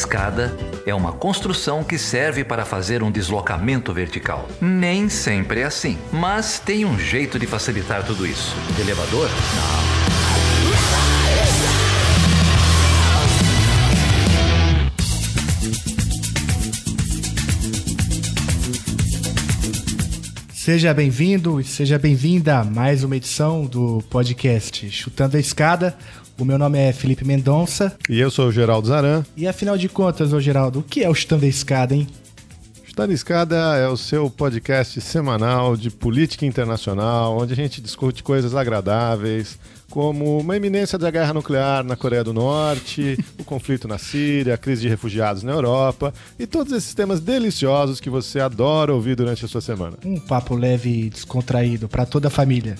escada é uma construção que serve para fazer um deslocamento vertical. Nem sempre é assim, mas tem um jeito de facilitar tudo isso. Elevador? Não. Seja bem-vindo e seja bem-vinda a mais uma edição do podcast Chutando a Escada. O meu nome é Felipe Mendonça. E eu sou o Geraldo Zaran. E afinal de contas, ô Geraldo, o que é o Chutando a Escada, hein? Chutando a Escada é o seu podcast semanal de política internacional, onde a gente discute coisas agradáveis, como uma iminência da guerra nuclear na Coreia do Norte, o conflito na Síria, a crise de refugiados na Europa e todos esses temas deliciosos que você adora ouvir durante a sua semana. Um papo leve e descontraído para toda a família.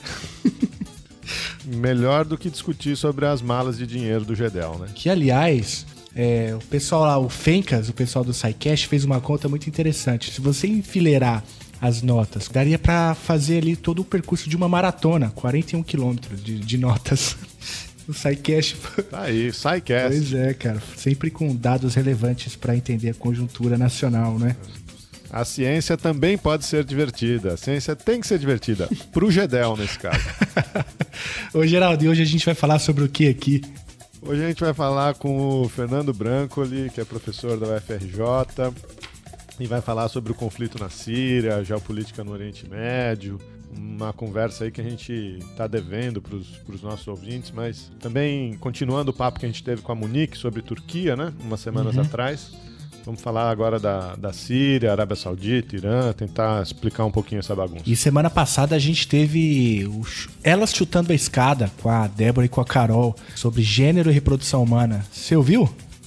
Melhor do que discutir sobre as malas de dinheiro do Gedel, né? Que, aliás, o pessoal lá, o Fencas, o pessoal do SciCast, fez uma conta muito interessante. Se você enfileirar as notas, daria pra fazer ali todo o percurso de uma maratona, 41 quilômetros de notas. O SciCast. Tá aí, SciCast. Pois é, cara. Sempre com dados relevantes pra entender a conjuntura nacional, né? A ciência também pode ser divertida. A ciência tem que ser divertida. Pro Gedel, nesse caso. Ô, Geraldo, e hoje a gente vai falar sobre o que aqui? Hoje a gente vai falar com o Fernando Brancoli, que é professor da UFRJ, e vai falar sobre o conflito na Síria, a geopolítica no Oriente Médio, uma conversa aí que a gente está devendo para os nossos ouvintes, mas também continuando o papo que a gente teve com a Monique sobre Turquia, né, umas semanas atrás. Vamos falar agora da Síria, Arábia Saudita, Irã, tentar explicar um pouquinho essa bagunça. E semana passada a gente teve Elas Chutando a Escada com a Débora e com a Carol sobre gênero e reprodução humana. Você ouviu?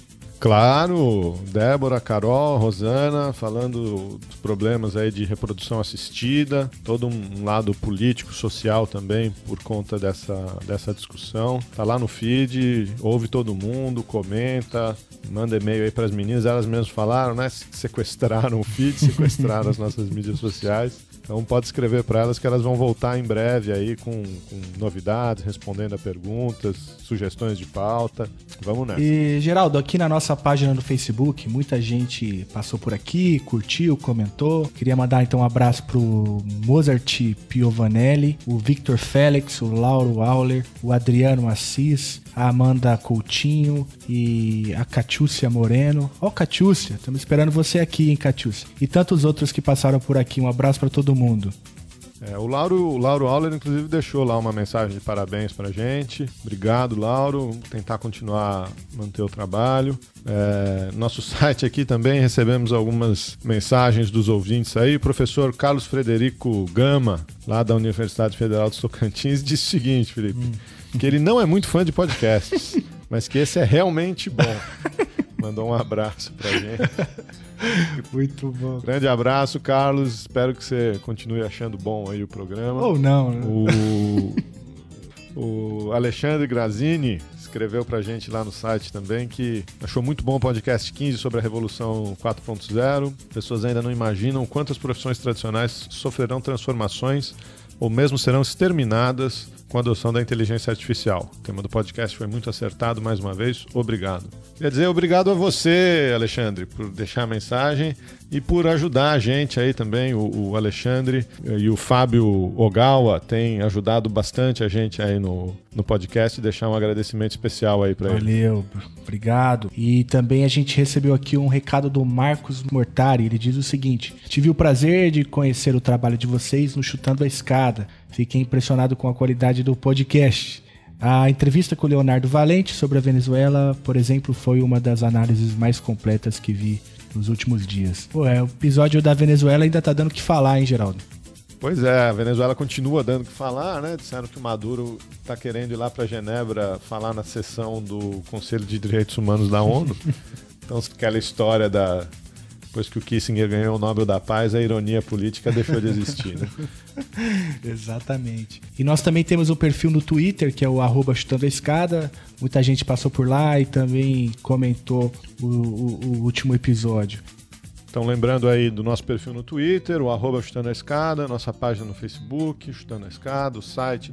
Claro, Débora, Carol, Rosana, falando dos problemas aí de reprodução assistida, todo um lado político, social também, por conta dessa discussão. Tá lá no feed, ouve todo mundo, comenta, manda e-mail aí para as meninas, elas mesmas falaram, né? Sequestraram o feed, sequestraram as nossas mídias sociais. Então pode escrever para elas que elas vão voltar em breve aí com novidades, respondendo a perguntas, sugestões de pauta. Vamos nessa. E, Geraldo, aqui na nossa página no Facebook, muita gente passou por aqui, curtiu, comentou. Queria mandar então um abraço pro Mozart Piovanelli, o Victor Félix, o Lauro Auler, o Adriano Assis, a Amanda Coutinho e a Catiúcia Moreno. Ó, Catiúcia, estamos esperando você aqui, hein, Catiúcia? E tantos outros que passaram por aqui. Um abraço para todo mundo. O Lauro Auler, inclusive, deixou lá uma mensagem de parabéns pra gente. Obrigado, Lauro. Vamos tentar continuar a manter o trabalho. Nosso site aqui também recebemos algumas mensagens dos ouvintes aí. O professor Carlos Frederico Gama, lá da Universidade Federal de Tocantins, disse o seguinte, Felipe, que ele não é muito fã de podcasts, mas que esse é realmente bom. Mandou um abraço pra gente. Muito bom. Grande abraço, Carlos. Espero que você continue achando bom aí o programa. Ou não, né? O Alexandre Grazini escreveu pra gente lá no site também que achou muito bom o podcast 15 sobre a Revolução 4.0. Pessoas ainda não imaginam quantas profissões tradicionais sofrerão transformações ou mesmo serão exterminadas com a adoção da inteligência artificial. O tema do podcast foi muito acertado, mais uma vez, obrigado. Quer dizer, obrigado a você, Alexandre, por deixar a mensagem e por ajudar a gente aí também. O Alexandre e o Fábio Ogawa têm ajudado bastante a gente aí no podcast, deixar um agradecimento especial aí para ele. Valeu, obrigado. E também a gente recebeu aqui um recado do Marcos Mortari. Ele diz o seguinte: tive o prazer de conhecer o trabalho de vocês no Chutando a Escada. Fiquei impressionado com a qualidade do podcast. A entrevista com o Leonardo Valente sobre a Venezuela, por exemplo, foi uma das análises mais completas que vi nos últimos dias. O episódio da Venezuela ainda tá dando o que falar, hein, Geraldo? Pois é, a Venezuela continua dando o que falar, né? Disseram que o Maduro tá querendo ir lá para Genebra falar na sessão do Conselho de Direitos Humanos da ONU. Então, aquela história depois que o Kissinger ganhou o Nobel da Paz, a ironia política deixou de existir, né? Exatamente. E nós também temos um perfil no Twitter, que é o @chutandoaescada. Muita gente passou por lá e também comentou o último episódio. Então, lembrando aí do nosso perfil no Twitter, o @Chutando a Escada, nossa página no Facebook, Chutando a Escada, o site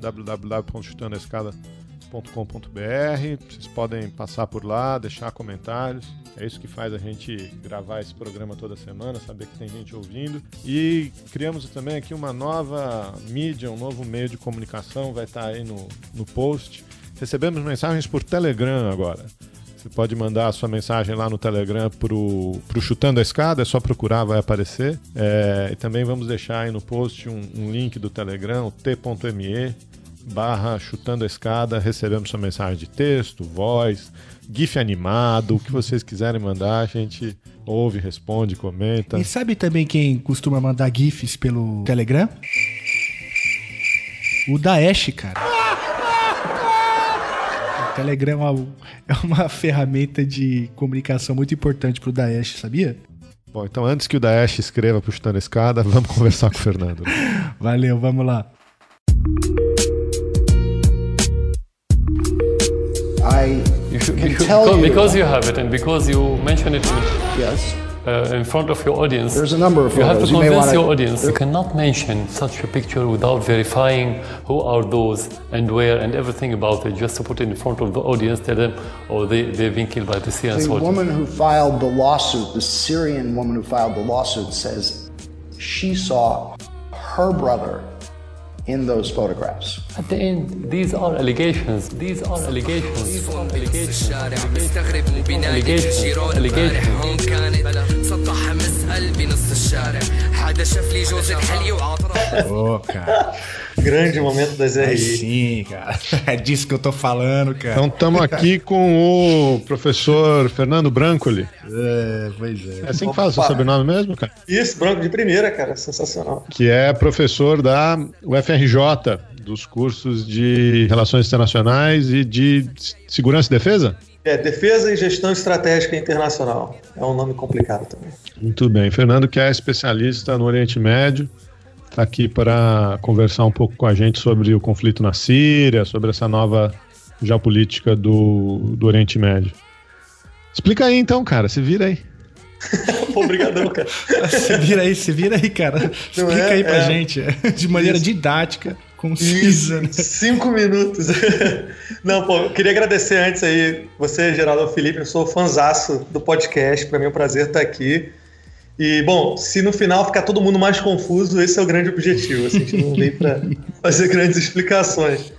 www.chutandoaescada.com.br. Vocês podem passar por lá, deixar comentários. É isso que faz a gente gravar esse programa toda semana, saber que tem gente ouvindo. E criamos também aqui uma nova mídia, um novo meio de comunicação, vai estar aí no post. Recebemos mensagens por Telegram agora. Você pode mandar a sua mensagem lá no Telegram pro Chutando a Escada, é só procurar, vai aparecer. E também vamos deixar aí no post um link do Telegram, t.me/Chutando a Escada. Recebemos sua mensagem de texto, voz, GIF animado, o que vocês quiserem mandar, a gente ouve, responde, comenta. E sabe também quem costuma mandar GIFs pelo Telegram? O Daesh, cara. O Telegram é uma ferramenta de comunicação muito importante pro Daesh, sabia? Bom, então antes que o Daesh escreva pro Chutando a Escada, vamos conversar com o Fernando. Valeu, vamos lá. Because you have it and because you mention it in front of your audience, there's a number of you have to photos. convince your audience. You cannot mention such a picture without verifying who are those and where and everything about it, just to put it in front of the audience, tell them, oh, they've been killed by the Syrian The soldiers. woman who filed the lawsuit, the Syrian woman who filed the lawsuit, says she saw her brother in those photographs. At the end, these are allegations. These are allegations. These are allegations. Ô, cara. Grande momento das Aí RI. sim, cara. É disso que eu tô falando, cara. Então estamos aqui com o professor Fernando Brancoli. Pois é. É assim que fala o seu sobrenome mesmo, cara? Isso, branco de primeira, cara. Sensacional. Que é professor da UFRJ, dos cursos de Relações Internacionais e de Segurança e Defesa? Defesa e Gestão Estratégica Internacional. É um nome complicado também. Muito bem. Fernando, que é especialista no Oriente Médio, está aqui para conversar um pouco com a gente sobre o conflito na Síria, sobre essa nova geopolítica do Oriente Médio. Explica aí então, cara, se vira aí. Pô, obrigadão, cara. Se vira aí, cara. Explica aí pra gente, de maneira didática, concisa. Né? 5 minutos. Não, pô, eu queria agradecer antes aí, você, Geraldo Felipe, eu sou fãzaço do podcast, pra mim é um prazer estar aqui. E, bom, se no final ficar todo mundo mais confuso, esse é o grande objetivo, assim, a gente não veio pra fazer grandes explicações.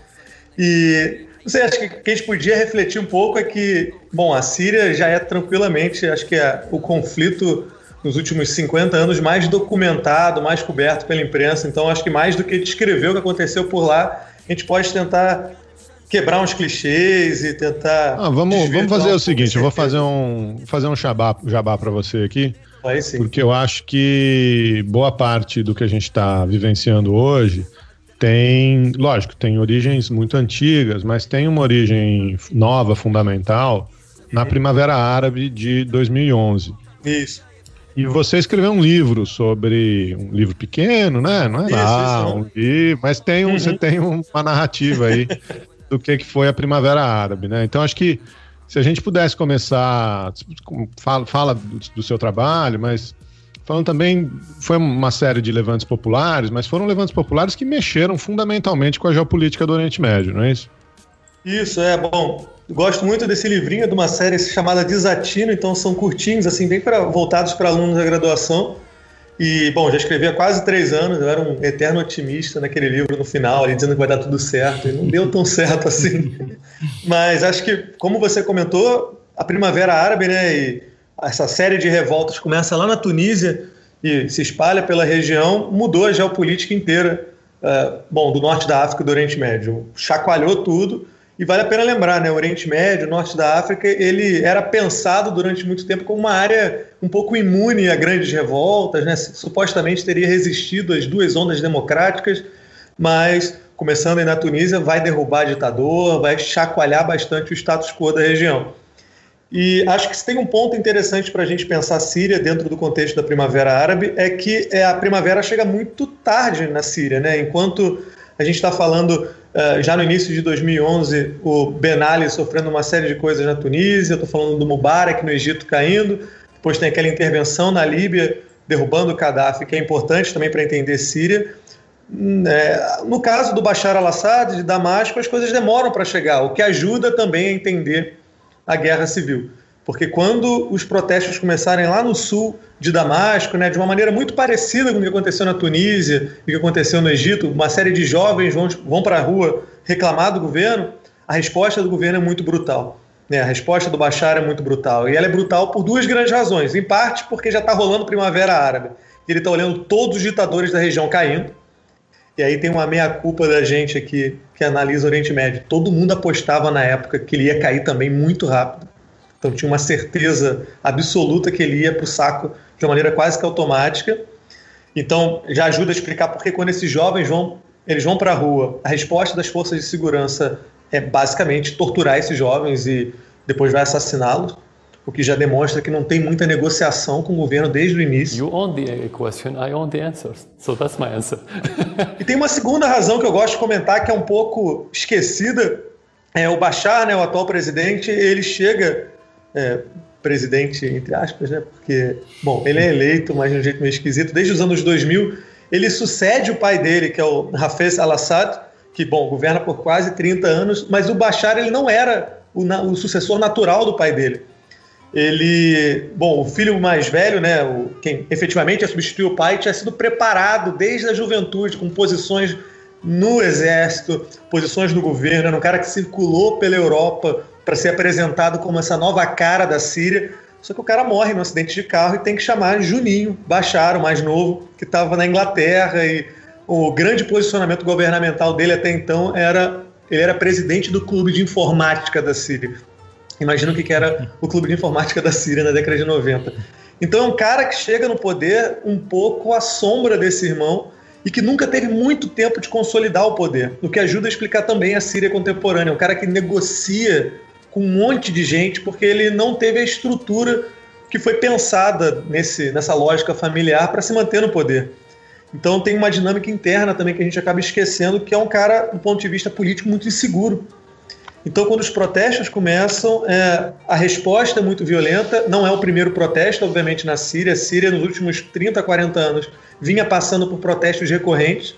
E, não sei, acho que o que a gente podia refletir um pouco é que, bom, a Síria já é tranquilamente, acho que é o conflito nos últimos 50 anos mais documentado, mais coberto pela imprensa, então acho que mais do que descrever o que aconteceu por lá, a gente pode tentar quebrar uns clichês e tentar... Vamos fazer o seguinte, eu vou fazer um jabá para você aqui, aí sim. Porque eu acho que boa parte do que a gente está vivenciando hoje tem origens muito antigas, mas tem uma origem nova, fundamental, na Primavera Árabe de 2011. Isso. E você escreveu um livro sobre... Um livro pequeno, né? Não é um livro, mas você tem uma narrativa aí do que foi a Primavera Árabe, né? Então, acho que se a gente pudesse começar... Fala do seu trabalho, mas... Falando também, foi uma série de levantes populares, mas foram levantes populares que mexeram fundamentalmente com a geopolítica do Oriente Médio, não é isso? Isso, bom, gosto muito desse livrinho, de uma série chamada Desatino, então são curtinhos, assim, bem voltados para alunos da graduação. E, bom, já escrevi há quase 3 anos, eu era um eterno otimista naquele livro no final, ali, dizendo que vai dar tudo certo, e não deu tão certo assim. Mas acho que, como você comentou, a Primavera Árabe, né, e essa série de revoltas começa lá na Tunísia e se espalha pela região, mudou a geopolítica inteira, do norte da África e do Oriente Médio. Chacoalhou tudo, e vale a pena lembrar, né, o Oriente Médio, o norte da África, ele era pensado durante muito tempo como uma área um pouco imune a grandes revoltas, né, supostamente teria resistido às 2 ondas democráticas, mas, começando aí na Tunísia, vai derrubar ditador, vai chacoalhar bastante o status quo da região. E acho que se tem um ponto interessante para a gente pensar a Síria dentro do contexto da Primavera Árabe é que a primavera chega muito tarde na Síria, né? Enquanto a gente está falando já no início de 2011, o Ben Ali sofrendo uma série de coisas na Tunísia, estou falando do Mubarak no Egito caindo, depois tem aquela intervenção na Líbia derrubando o Gaddafi, que é importante também para entender Síria. No caso do Bashar al-Assad, de Damasco, as coisas demoram para chegar, o que ajuda também a entender a guerra civil. Porque quando os protestos começarem lá no sul de Damasco, né, de uma maneira muito parecida com o que aconteceu na Tunísia e o que aconteceu no Egito, uma série de jovens vão para a rua reclamar do governo, a resposta do governo é muito brutal. Né? A resposta do Bashar é muito brutal. E ela é brutal por duas grandes razões. Em parte porque já está rolando Primavera Árabe. Ele está olhando todos os ditadores da região caindo. E aí tem uma meia-culpa da gente aqui que analisa o Oriente Médio. Todo mundo apostava na época que ele ia cair também muito rápido. Então tinha uma certeza absoluta que ele ia para o saco de uma maneira quase que automática. Então já ajuda a explicar porque quando esses jovens vão para a rua, a resposta das forças de segurança é basicamente torturar esses jovens e depois vai assassiná-los, o que já demonstra que não tem muita negociação com o governo desde o início. You own the question, I own the answers. So that's my answer. E tem uma segunda razão que eu gosto de comentar, que é um pouco esquecida. O Bashar, né, o atual presidente, ele chega... presidente, entre aspas, né? Porque, bom, ele é eleito, mas de um jeito meio esquisito. Desde os anos 2000, ele sucede o pai dele, que é o Hafez al-Assad, que, bom, governa por quase 30 anos, mas o Bashar, ele não era o sucessor natural do pai dele. O filho mais velho, né, quem efetivamente ia substituir o pai, tinha sido preparado desde a juventude, com posições no exército, posições no governo, era um cara que circulou pela Europa para ser apresentado como essa nova cara da Síria, só que o cara morre num acidente de carro e tem que chamar Juninho Bashar, o mais novo, que estava na Inglaterra, e o grande posicionamento governamental dele até então ele era presidente do clube de informática da Síria. Imagina o que era o clube de informática da Síria na década de 90. Então é um cara que chega no poder um pouco à sombra desse irmão e que nunca teve muito tempo de consolidar o poder, o que ajuda a explicar também a Síria contemporânea. É um cara que negocia com um monte de gente porque ele não teve a estrutura que foi pensada nessa lógica familiar para se manter no poder. Então tem uma dinâmica interna também que a gente acaba esquecendo, que é um cara, do ponto de vista político, muito inseguro. Então, quando os protestos começam, a resposta é muito violenta. Não é o primeiro protesto, obviamente, na Síria. A Síria, nos últimos 30, 40 anos, vinha passando por protestos recorrentes.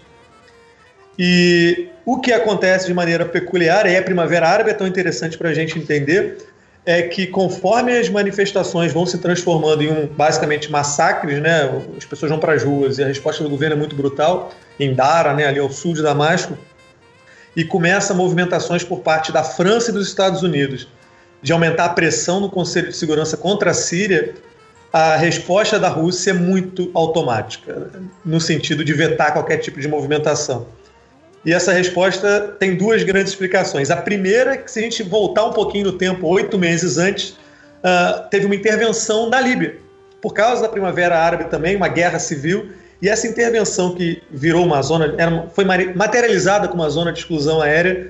E o que acontece de maneira peculiar, e a Primavera Árabe é tão interessante para a gente entender, é que conforme as manifestações vão se transformando em basicamente massacres, né? As pessoas vão para as ruas e a resposta do governo é muito brutal, em Dara, né, ali ao sul de Damasco, e começa movimentações por parte da França e dos Estados Unidos de aumentar a pressão no Conselho de Segurança contra a Síria. A resposta da Rússia é muito automática, no sentido de vetar qualquer tipo de movimentação. E essa resposta tem duas grandes explicações. A primeira é que, se a gente voltar um pouquinho no tempo, 8 meses antes, teve uma intervenção na Líbia, por causa da Primavera Árabe também, uma guerra civil. E essa intervenção que virou uma zona, foi materializada como uma zona de exclusão aérea,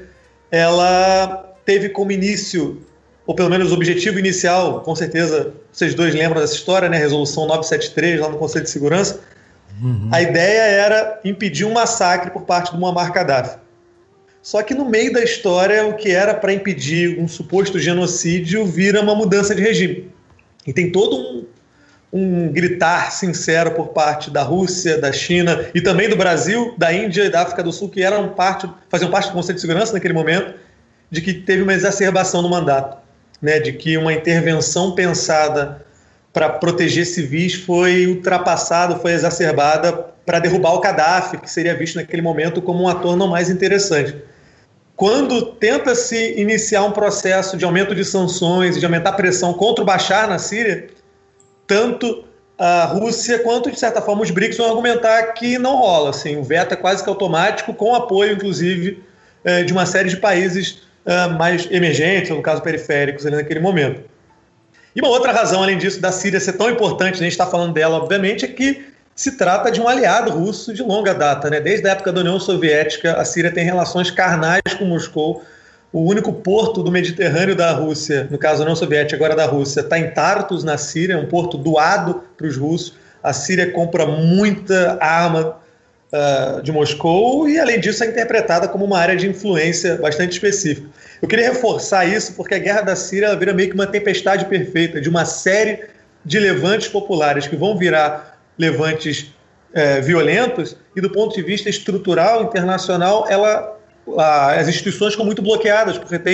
ela teve como início, ou pelo menos o objetivo inicial, com certeza vocês dois lembram dessa história, né? Resolução 973 lá no Conselho de Segurança. A ideia era impedir um massacre por parte do Muammar Gaddafi. Só que no meio da história, o que era para impedir um suposto genocídio vira uma mudança de regime. E tem todo um gritar sincero por parte da Rússia, da China e também do Brasil, da Índia e da África do Sul, que faziam parte do Conselho de Segurança naquele momento, de que teve uma exacerbação no mandato, né? De que uma intervenção pensada para proteger civis foi ultrapassada, foi exacerbada para derrubar o Gaddafi, que seria visto naquele momento como um ator não mais interessante. Quando tenta-se iniciar um processo de aumento de sanções e de aumentar a pressão contra o Bashar na Síria, tanto a Rússia quanto, de certa forma, os BRICS vão argumentar que não rola. Assim, o veto é quase que automático, com apoio, inclusive, de uma série de países mais emergentes, ou no caso periféricos, ali naquele momento. E uma outra razão, além disso, da Síria ser tão importante, a gente está falando dela, obviamente, é que se trata de um aliado russo de longa data, né? Desde a época da União Soviética, a Síria tem relações carnais com Moscou. O único porto do Mediterrâneo da Rússia, no caso da União Soviética, agora da Rússia, está em Tartus, na Síria, um porto doado para os russos. A Síria compra muita arma de Moscou e, além disso, é interpretada como uma área de influência bastante específica. Eu queria reforçar isso porque a guerra da Síria ela vira meio que uma tempestade perfeita de uma série de levantes populares que vão virar levantes violentos e, do ponto de vista estrutural, internacional, as instituições ficam muito bloqueadas, porque tem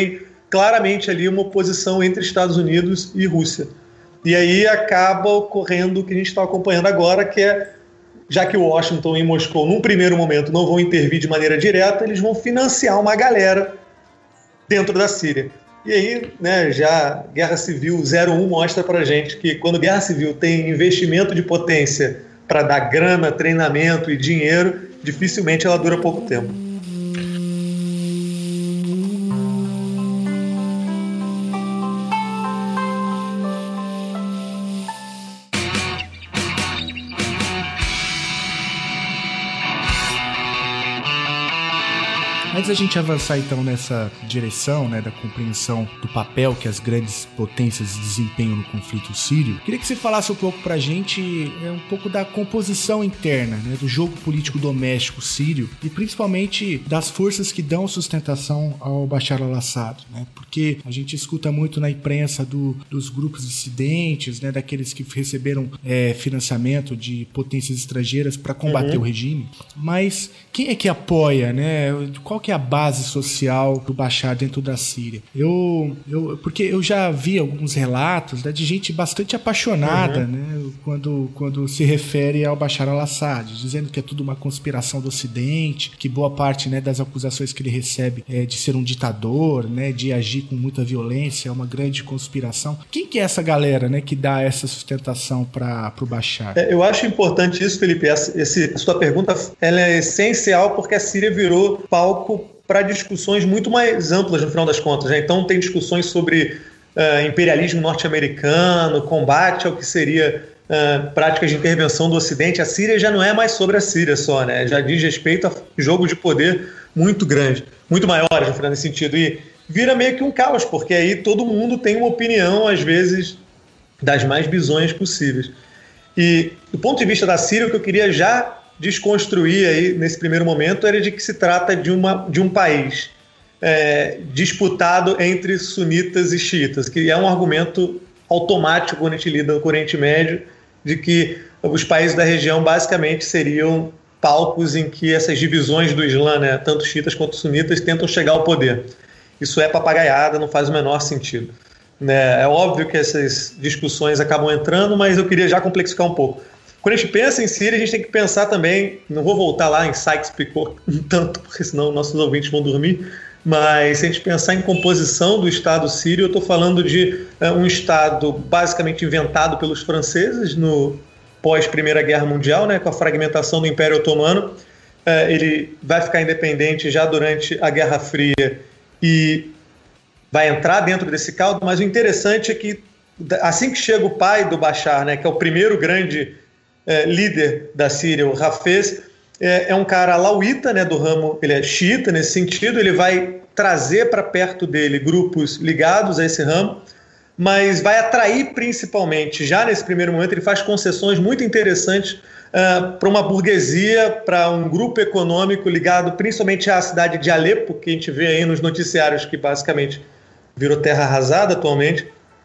claramente ali uma oposição entre Estados Unidos e Rússia. E aí acaba ocorrendo o que a gente está acompanhando agora, que é, já que Washington e Moscou, num primeiro momento, não vão intervir de maneira direta, eles vão financiar uma galera dentro da Síria. E aí, né, já Guerra Civil 01 mostra pra gente que quando Guerra Civil tem investimento de potência para dar grana, treinamento e dinheiro, dificilmente ela dura pouco tempo. Antes da gente avançar então nessa direção, né, da compreensão do papel que as grandes potências desempenham no conflito sírio, queria que você falasse um pouco pra gente um pouco da composição interna, né, do jogo político doméstico sírio e principalmente das forças que dão sustentação ao Bashar al-Assad, né, porque a gente escuta muito na imprensa dos grupos dissidentes, né, daqueles que receberam financiamento de potências estrangeiras para combater o regime, mas quem é que apoia, né, qual que é a base social do Bashar dentro da Síria? Porque eu já vi alguns relatos, né, de gente bastante apaixonada, né, quando se refere ao Bashar al-Assad, dizendo que é tudo uma conspiração do Ocidente, que boa parte, né, das acusações que ele recebe de ser um ditador, né, de agir com muita violência, é uma grande conspiração. Quem que é essa galera, né, que dá essa sustentação para o Bashar? Eu acho importante isso, Felipe. Essa sua pergunta ela é essencial porque a Síria virou palco para discussões muito mais amplas no final das contas, né? Então tem discussões sobre imperialismo norte-americano, combate ao que seria práticas de intervenção do Ocidente. A Síria já não é mais sobre a Síria só, né? Já diz respeito a jogo de poder muito grande, muito maiores no final desse sentido. E vira meio que um caos, porque aí todo mundo tem uma opinião, às vezes, das mais bizonhas possíveis. E do ponto de vista da Síria, o que eu queria já desconstruir aí nesse primeiro momento era de que se trata de um país disputado entre sunitas e xiitas, que é um argumento automático quando a gente lida com o Oriente Médio, de que os países da região basicamente seriam palcos em que essas divisões do Islã, né, tanto xiitas quanto sunitas, tentam chegar ao poder. Isso é papagaiada, não faz o menor sentido. É óbvio que essas discussões acabam entrando, mas eu queria já complexificar um pouco. Quando a gente pensa em Síria, a gente tem que pensar também, não vou voltar lá em Sykes-Picot tanto, porque senão nossos ouvintes vão dormir, mas se a gente pensar em composição do Estado sírio, eu estou falando de um Estado basicamente inventado pelos franceses no pós-Primeira Guerra Mundial, né, com a fragmentação do Império Otomano. Ele vai ficar independente já durante a Guerra Fria e vai entrar dentro desse caldo, mas o interessante é que assim que chega o pai do Bashar, né, que é o primeiro grande líder da Síria, o Hafez, é um cara alauíta, né, do ramo, ele é xiita nesse sentido, ele vai trazer para perto dele grupos ligados a esse ramo, mas vai atrair principalmente, já nesse primeiro momento, ele faz concessões muito interessantes para uma burguesia, para um grupo econômico ligado principalmente à cidade de Alepo, que a gente vê aí nos noticiários que basicamente virou terra arrasada atualmente.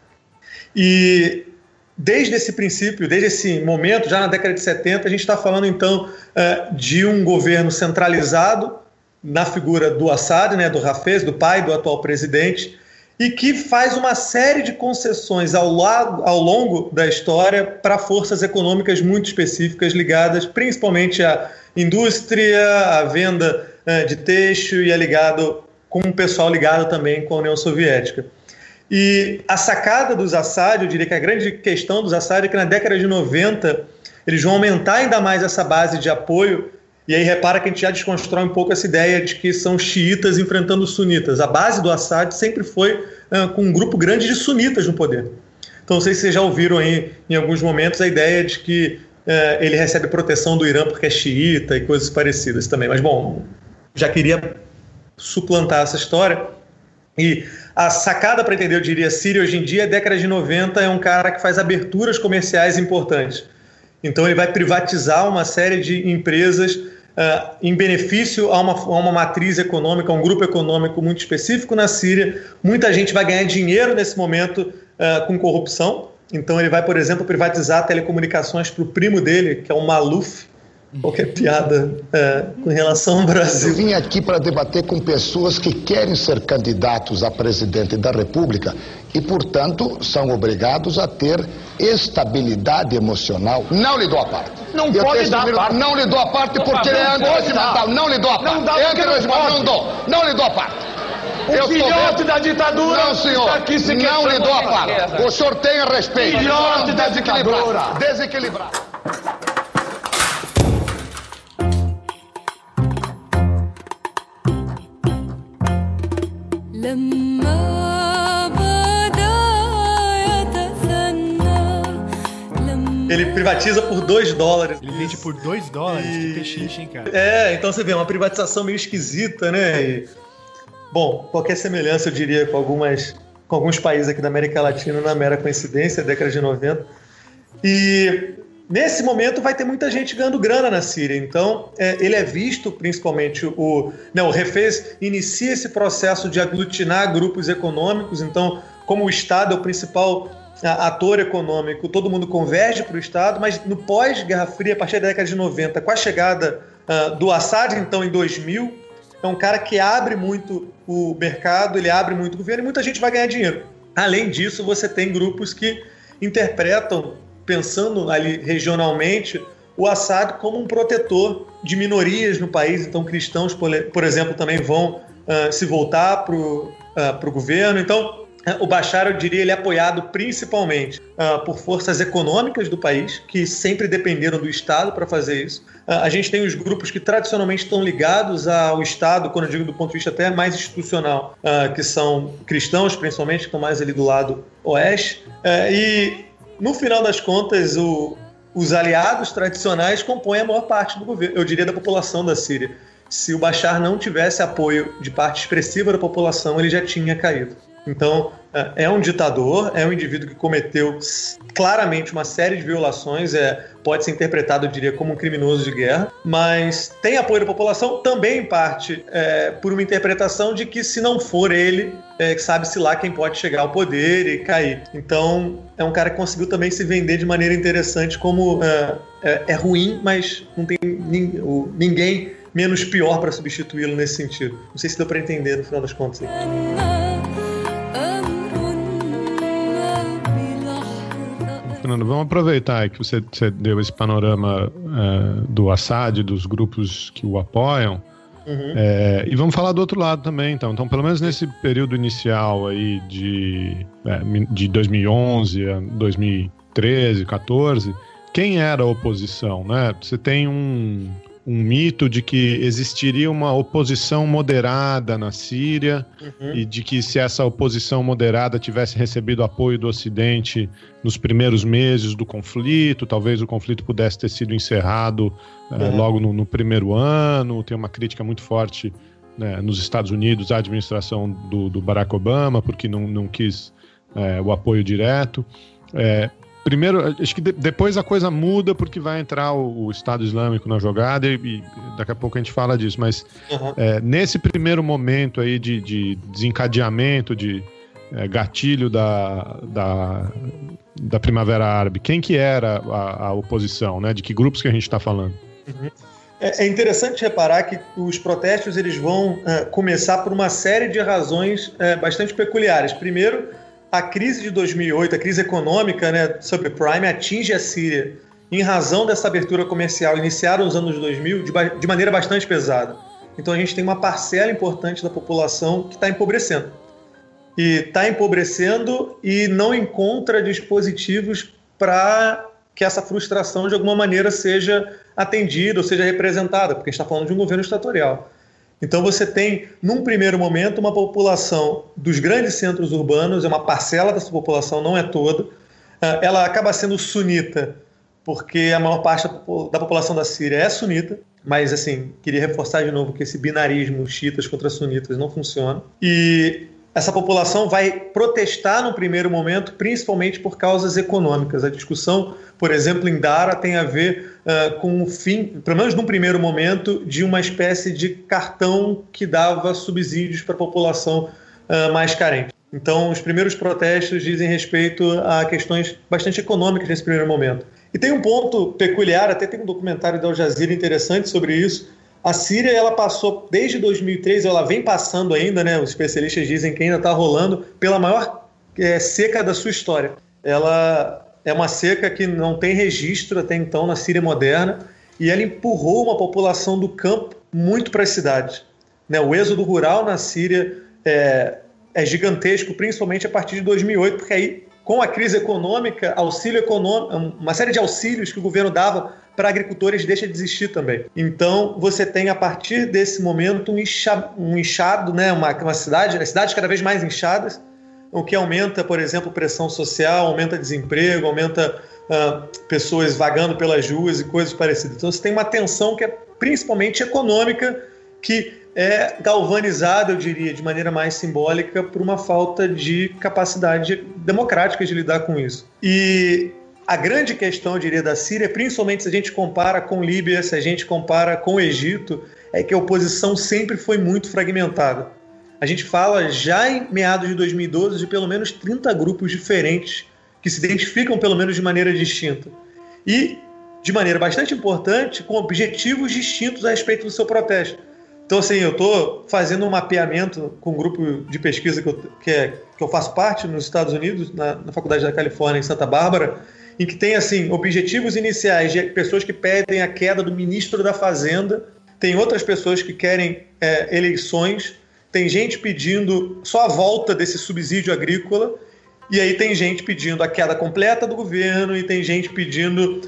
E desde esse princípio, desde esse momento, já na década de 70, a gente está falando então de um governo centralizado na figura do Assad, né, do Hafez, do pai do atual presidente, e que faz uma série de concessões ao longo da história para forças econômicas muito específicas ligadas principalmente à indústria, à venda de têxtil e com um pessoal ligado também com a União Soviética. E a sacada dos Assad, eu diria que a grande questão dos Assad é que na década de 90 eles vão aumentar ainda mais essa base de apoio, e aí repara que a gente já desconstrói um pouco essa ideia de que são xiitas enfrentando sunitas. A base do Assad sempre foi com um grupo grande de sunitas no poder. Então não sei se vocês já ouviram aí em alguns momentos a ideia de que ele recebe proteção do Irã porque é xiita e coisas parecidas também. Mas bom, já queria suplantar essa história. E a sacada para entender, eu diria, Síria hoje em dia, década de 90, é um cara que faz aberturas comerciais importantes. Então ele vai privatizar uma série de empresas em benefício a uma matriz econômica, a um grupo econômico muito específico na Síria. Muita gente vai ganhar dinheiro nesse momento com corrupção. Então ele vai, por exemplo, privatizar telecomunicações para o primo dele, que é o Maluf, qualquer piada com relação ao Brasil. Eu vim aqui para debater com pessoas que querem ser candidatos a presidente da República e, portanto, são obrigados a ter estabilidade emocional. Não lhe dou a parte. Não pode dar a parte. Não lhe dou a parte porque ele é antirregimental. Não lhe dou a parte. Não Antirregimental, não dou. Não lhe dou a parte. O filhote da ditadura. Não, senhor. Aqui se não lhe dou a parte. O senhor tenha respeito. Filhote da ditadura. Desequilibrado. Ele privatiza por $2. Ele vende por $2? Que pechincha, hein, cara? Então você vê, uma privatização meio esquisita, né? Bom, qualquer semelhança, eu diria, com alguns países aqui da América Latina, na mera coincidência, década de 90. E nesse momento vai ter muita gente ganhando grana na Síria. Então, ele é visto, principalmente, o Hafez inicia esse processo de aglutinar grupos econômicos. Então, como o Estado é o principal ator econômico, todo mundo converge para o Estado, mas no pós-Guerra Fria, a partir da década de 90, com a chegada do Assad, então, em 2000, é um cara que abre muito o mercado, ele abre muito o governo e muita gente vai ganhar dinheiro. Além disso, você tem grupos que interpretam, pensando ali regionalmente, o Assad como um protetor de minorias no país. Então, cristãos, por exemplo, também vão se voltar para o governo. Então, o Bashar, eu diria, ele é apoiado principalmente por forças econômicas do país, que sempre dependeram do Estado para fazer isso. A gente tem os grupos que tradicionalmente estão ligados ao Estado, quando eu digo do ponto de vista até mais institucional, que são cristãos, principalmente, que estão mais ali do lado oeste. E, no final das contas, os aliados tradicionais compõem a maior parte do governo, eu diria, da população da Síria. Se o Bashar não tivesse apoio de parte expressiva da população, ele já tinha caído. Então, é um ditador, é um indivíduo que cometeu claramente uma série de violações, pode ser interpretado, eu diria, como um criminoso de guerra, mas tem apoio da população também, em parte, por uma interpretação de que, se não for ele, sabe-se lá quem pode chegar ao poder e cair. Então, é um cara que conseguiu também se vender de maneira interessante como é ruim, mas não tem ninguém menos pior para substituí-lo nesse sentido. Não sei se deu para entender no final das contas. Fernando, vamos aproveitar que você deu esse panorama do Assad, dos grupos que o apoiam, e vamos falar do outro lado também, então. Então, pelo menos nesse período inicial aí de 2011 a 2013, 2014, quem era a oposição, né? Você tem um mito de que existiria uma oposição moderada na Síria e de que, se essa oposição moderada tivesse recebido apoio do Ocidente nos primeiros meses do conflito, talvez o conflito pudesse ter sido encerrado logo no primeiro ano. Tem uma crítica muito forte, né, nos Estados Unidos à administração do Barack Obama, porque não quis o apoio direto. Primeiro, acho que depois a coisa muda porque vai entrar o Estado Islâmico na jogada e daqui a pouco a gente fala disso, mas nesse primeiro momento aí de desencadeamento, de gatilho da Primavera Árabe, quem que era a oposição, né? De que grupos que a gente está falando? É interessante reparar que os protestos eles vão começar por uma série de razões bastante peculiares. Primeiro, a crise de 2008, a crise econômica, né, subprime, atinge a Síria em razão dessa abertura comercial iniciada nos anos 2000 de maneira bastante pesada. Então a gente tem uma parcela importante da população que está empobrecendo. E está empobrecendo e não encontra dispositivos para que essa frustração de alguma maneira seja atendida ou seja representada, porque a gente está falando de um governo ditatorial. Então você tem, num primeiro momento, uma população dos grandes centros urbanos, é uma parcela dessa população, não é toda. Ela acaba sendo sunita, porque a maior parte da população da Síria é sunita, mas, assim, queria reforçar de novo que esse binarismo xiitas contra sunitas não funciona. E essa população vai protestar no primeiro momento, principalmente por causas econômicas. A discussão, por exemplo, em Dara tem a ver com o fim, pelo menos num primeiro momento, de uma espécie de cartão que dava subsídios para a população mais carente. Então, os primeiros protestos dizem respeito a questões bastante econômicas nesse primeiro momento. E tem um ponto peculiar, até tem um documentário da Al Jazeera interessante sobre isso. A Síria, ela passou, desde 2003, ela vem passando ainda, né? Os especialistas dizem que ainda está rolando, pela maior seca da sua história. Ela é uma seca que não tem registro até então na Síria moderna, e ela empurrou uma população do campo muito para as cidades. Né? O êxodo rural na Síria é gigantesco, principalmente a partir de 2008, porque aí, com a crise econômica, auxílio econômico, uma série de auxílios que o governo dava para agricultores deixa de existir também. Então, você tem, a partir desse momento, um inchado, né? Uma cidade, as cidades cada vez mais inchadas, o que aumenta, por exemplo, pressão social, aumenta desemprego, aumenta pessoas vagando pelas ruas e coisas parecidas. Então, você tem uma tensão que é principalmente econômica, que é galvanizada, eu diria, de maneira mais simbólica, por uma falta de capacidade democrática de lidar com isso. E a grande questão, eu diria, da Síria, principalmente se a gente compara com Líbia, se a gente compara com o Egito, é que a oposição sempre foi muito fragmentada. A gente fala já em meados de 2012 de pelo menos 30 grupos diferentes que se identificam pelo menos de maneira distinta. E, de maneira bastante importante, com objetivos distintos a respeito do seu protesto. Então, assim, eu estou fazendo um mapeamento com um grupo de pesquisa que eu faço parte nos Estados Unidos, na Faculdade da Califórnia, em Santa Bárbara, em que tem, assim, objetivos iniciais de pessoas que pedem a queda do ministro da Fazenda, tem outras pessoas que querem eleições, tem gente pedindo só a volta desse subsídio agrícola, e aí tem gente pedindo a queda completa do governo, e tem gente pedindo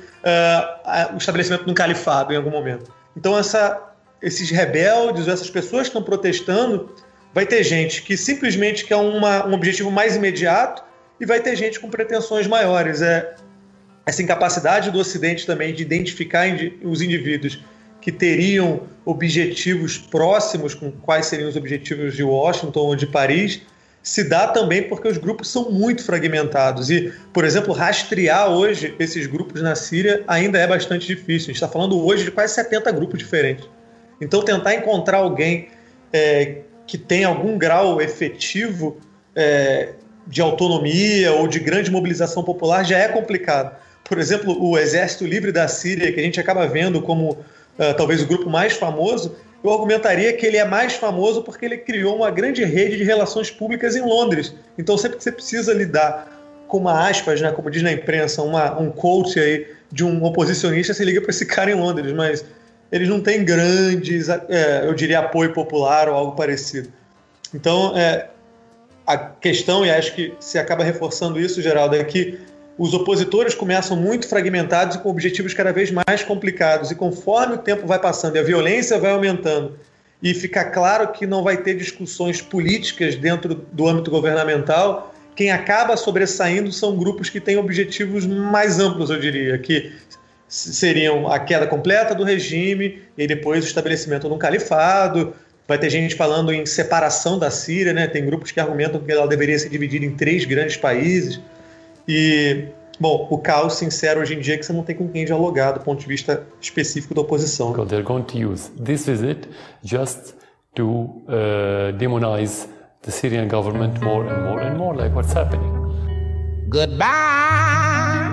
o estabelecimento de um califado em algum momento. Então, esses rebeldes, essas pessoas que estão protestando, vai ter gente que simplesmente quer um objetivo mais imediato, e vai ter gente com pretensões maiores. Essa incapacidade do Ocidente também de identificar os indivíduos que teriam objetivos próximos com quais seriam os objetivos de Washington ou de Paris, se dá também porque os grupos são muito fragmentados. E, por exemplo, rastrear hoje esses grupos na Síria ainda é bastante difícil. A gente está falando hoje de quase 70 grupos diferentes. Então, tentar encontrar alguém que tenha algum grau efetivo de autonomia ou de grande mobilização popular já é complicado. Por exemplo, o Exército Livre da Síria, que a gente acaba vendo como talvez o grupo mais famoso, eu argumentaria que ele é mais famoso porque ele criou uma grande rede de relações públicas em Londres. Então, sempre que você precisa lidar com uma aspas, né, como diz na imprensa, um coach aí de um oposicionista, você liga para esse cara em Londres, mas eles não têm grandes, eu diria, apoio popular ou algo parecido. Então, a questão, e acho que se acaba reforçando isso, Geraldo, é que os opositores começam muito fragmentados e com objetivos cada vez mais complicados. E conforme o tempo vai passando e a violência vai aumentando, e fica claro que não vai ter discussões políticas dentro do âmbito governamental, quem acaba sobressaindo são grupos que têm objetivos mais amplos, eu diria, que seriam a queda completa do regime e depois o estabelecimento de um califado. Vai ter gente falando em separação da Síria, né? Tem grupos que argumentam que ela deveria ser dividida em 3 grandes países. E, bom, o caos sincero hoje em dia é que você não tem com quem dialogar do ponto de vista específico da oposição. So they're going to use this visit just to demonize the Syrian government more and more and more, like what's happening. Goodbye.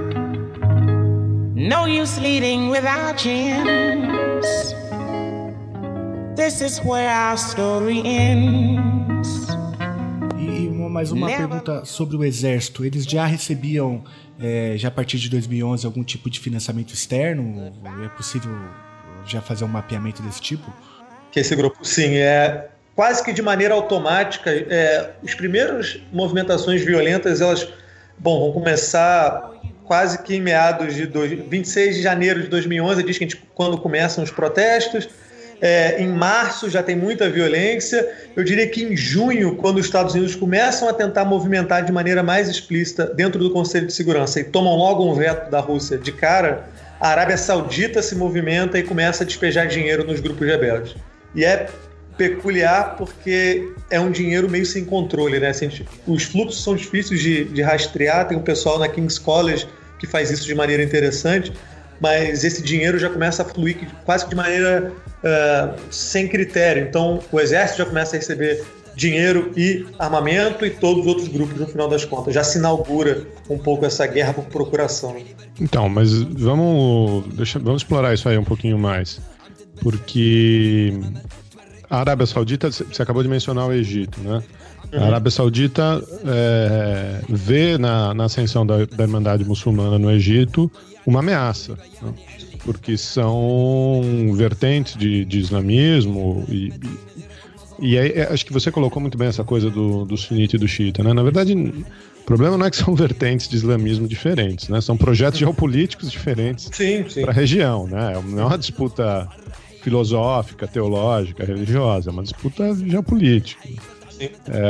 No use leading without chance. This is where our story ends. E mais uma pergunta sobre o Exército. Eles já recebiam, já a partir de 2011, algum tipo de financiamento externo? É possível já fazer um mapeamento desse tipo? Que esse grupo, sim, quase que de maneira automática. As primeiras movimentações violentas, elas vão começar quase que em meados de 26 de janeiro de 2011, diz que quando começam os protestos. Em março já tem muita violência. Eu diria que em junho, quando os Estados Unidos começam a tentar movimentar de maneira mais explícita dentro do Conselho de Segurança e tomam logo um veto da Rússia de cara, a Arábia Saudita se movimenta e começa a despejar dinheiro nos grupos rebeldes. E é peculiar porque é um dinheiro meio sem controle, né? Assim, os fluxos são difíceis de rastrear. Tem um pessoal na King's College que faz isso de maneira interessante, mas esse dinheiro já começa a fluir quase que de maneira sem critério. Então, o Exército já começa a receber dinheiro e armamento, e todos os outros grupos, no final das contas. Já se inaugura um pouco essa guerra por procuração. Então, mas vamos explorar isso aí um pouquinho mais. Porque a Arábia Saudita, você acabou de mencionar o Egito, né? A Arábia Saudita vê na ascensão da Irmandade Muçulmana no Egito uma ameaça, né? Porque são vertentes de islamismo e aí, acho que você colocou muito bem essa coisa do sunita e do xiita, né? Na verdade, o problema não é que são vertentes de islamismo diferentes, né? São projetos geopolíticos diferentes para a região, né? Não é uma disputa filosófica, teológica, religiosa, é uma disputa geopolítica. Sim.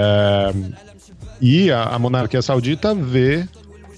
E a monarquia saudita vê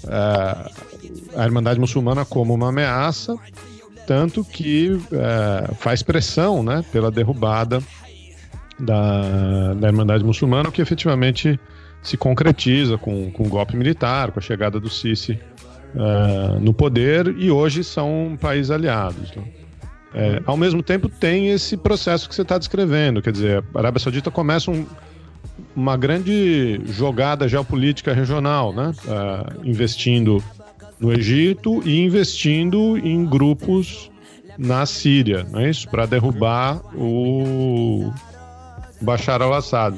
a Irmandade Muçulmana como uma ameaça, tanto que faz pressão, né, pela derrubada da Irmandade Muçulmana, o que efetivamente se concretiza com o golpe militar, com a chegada do Sisi no poder, e hoje são países aliados, né? Ao mesmo tempo tem esse processo que você está descrevendo, quer dizer, a Arábia Saudita começa uma grande jogada geopolítica regional, né? Investindo no Egito e investindo em grupos na Síria, não é isso? Para derrubar o Bashar al-Assad.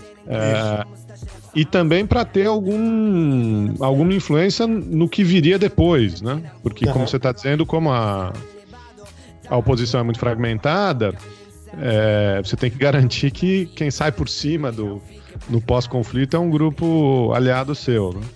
E também para ter alguma influência no que viria depois, né? Porque, como você está dizendo, como a oposição é muito fragmentada, você tem que garantir que quem sai por cima no pós-conflito é um grupo aliado seu, né?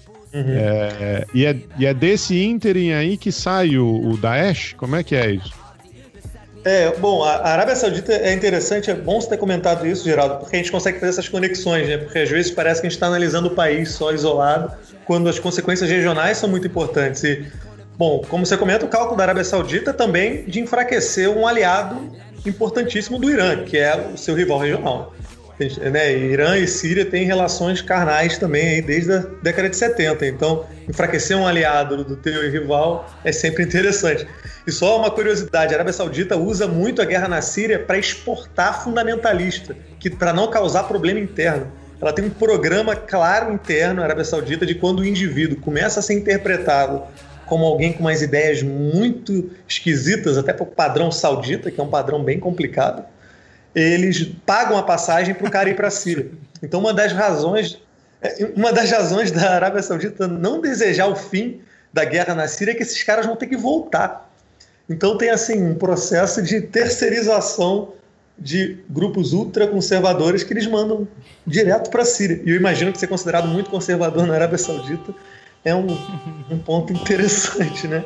E é desse ínterim aí que sai o Daesh? Como é que é isso? Bom, a Arábia Saudita é interessante, é bom você ter comentado isso, Geraldo, porque a gente consegue fazer essas conexões, né? Porque às vezes parece que a gente está analisando o país só isolado, quando as consequências regionais são muito importantes. E, bom, como você comenta, o cálculo da Arábia Saudita também de enfraquecer um aliado importantíssimo do Irã, que é o seu rival regional. Né? Irã e Síria têm relações carnais também aí desde a década de 70, então enfraquecer um aliado do teu rival é sempre interessante. E só uma curiosidade, a Arábia Saudita usa muito a guerra na Síria para exportar fundamentalista, para não causar problema interno. Ela tem um programa claro interno, a Arábia Saudita, de quando o indivíduo começa a ser interpretado como alguém com umas ideias muito esquisitas, até para o padrão saudita, que é um padrão bem complicado, eles pagam a passagem para o cara ir para a Síria. Então, uma das razões da Arábia Saudita não desejar o fim da guerra na Síria é que esses caras vão ter que voltar. Então, tem assim um processo de terceirização de grupos ultraconservadores que eles mandam direto para a Síria. E eu imagino que ser considerado muito conservador na Arábia Saudita é um ponto interessante, né?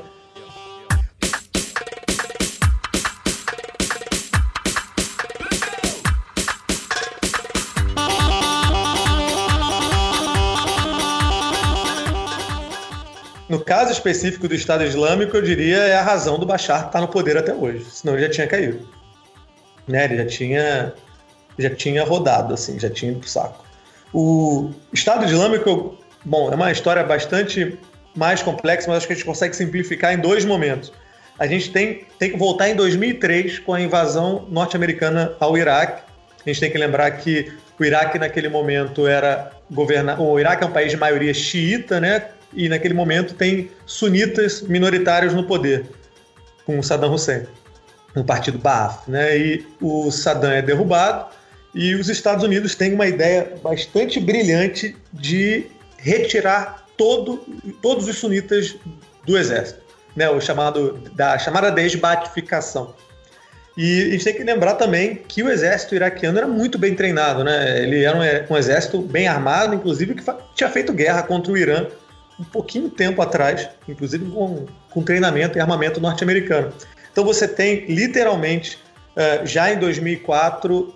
No caso específico do Estado Islâmico, eu diria é a razão do Bashar estar no poder até hoje, senão ele já tinha caído. Né? Ele já tinha rodado, assim, já tinha ido pro saco. O Estado Islâmico, bom, é uma história bastante mais complexa, mas acho que a gente consegue simplificar em dois momentos. A gente tem que voltar em 2003 com a invasão norte-americana ao Iraque. A gente tem que lembrar que o Iraque naquele momento era governado. O Iraque é um país de maioria xiita, né? E naquele momento tem sunitas minoritários no poder, com o Saddam Hussein, no partido Ba'ath, né? E o Saddam é derrubado e os Estados Unidos têm uma ideia bastante brilhante de retirar todos os sunitas do exército, né? Da chamada desbatificação. E a gente tem que lembrar também que o exército iraquiano era muito bem treinado, né? Ele era um exército bem armado, inclusive, que tinha feito guerra contra o Irã um pouquinho tempo atrás, inclusive com treinamento e armamento norte-americano. Então você tem, literalmente, já em 2004,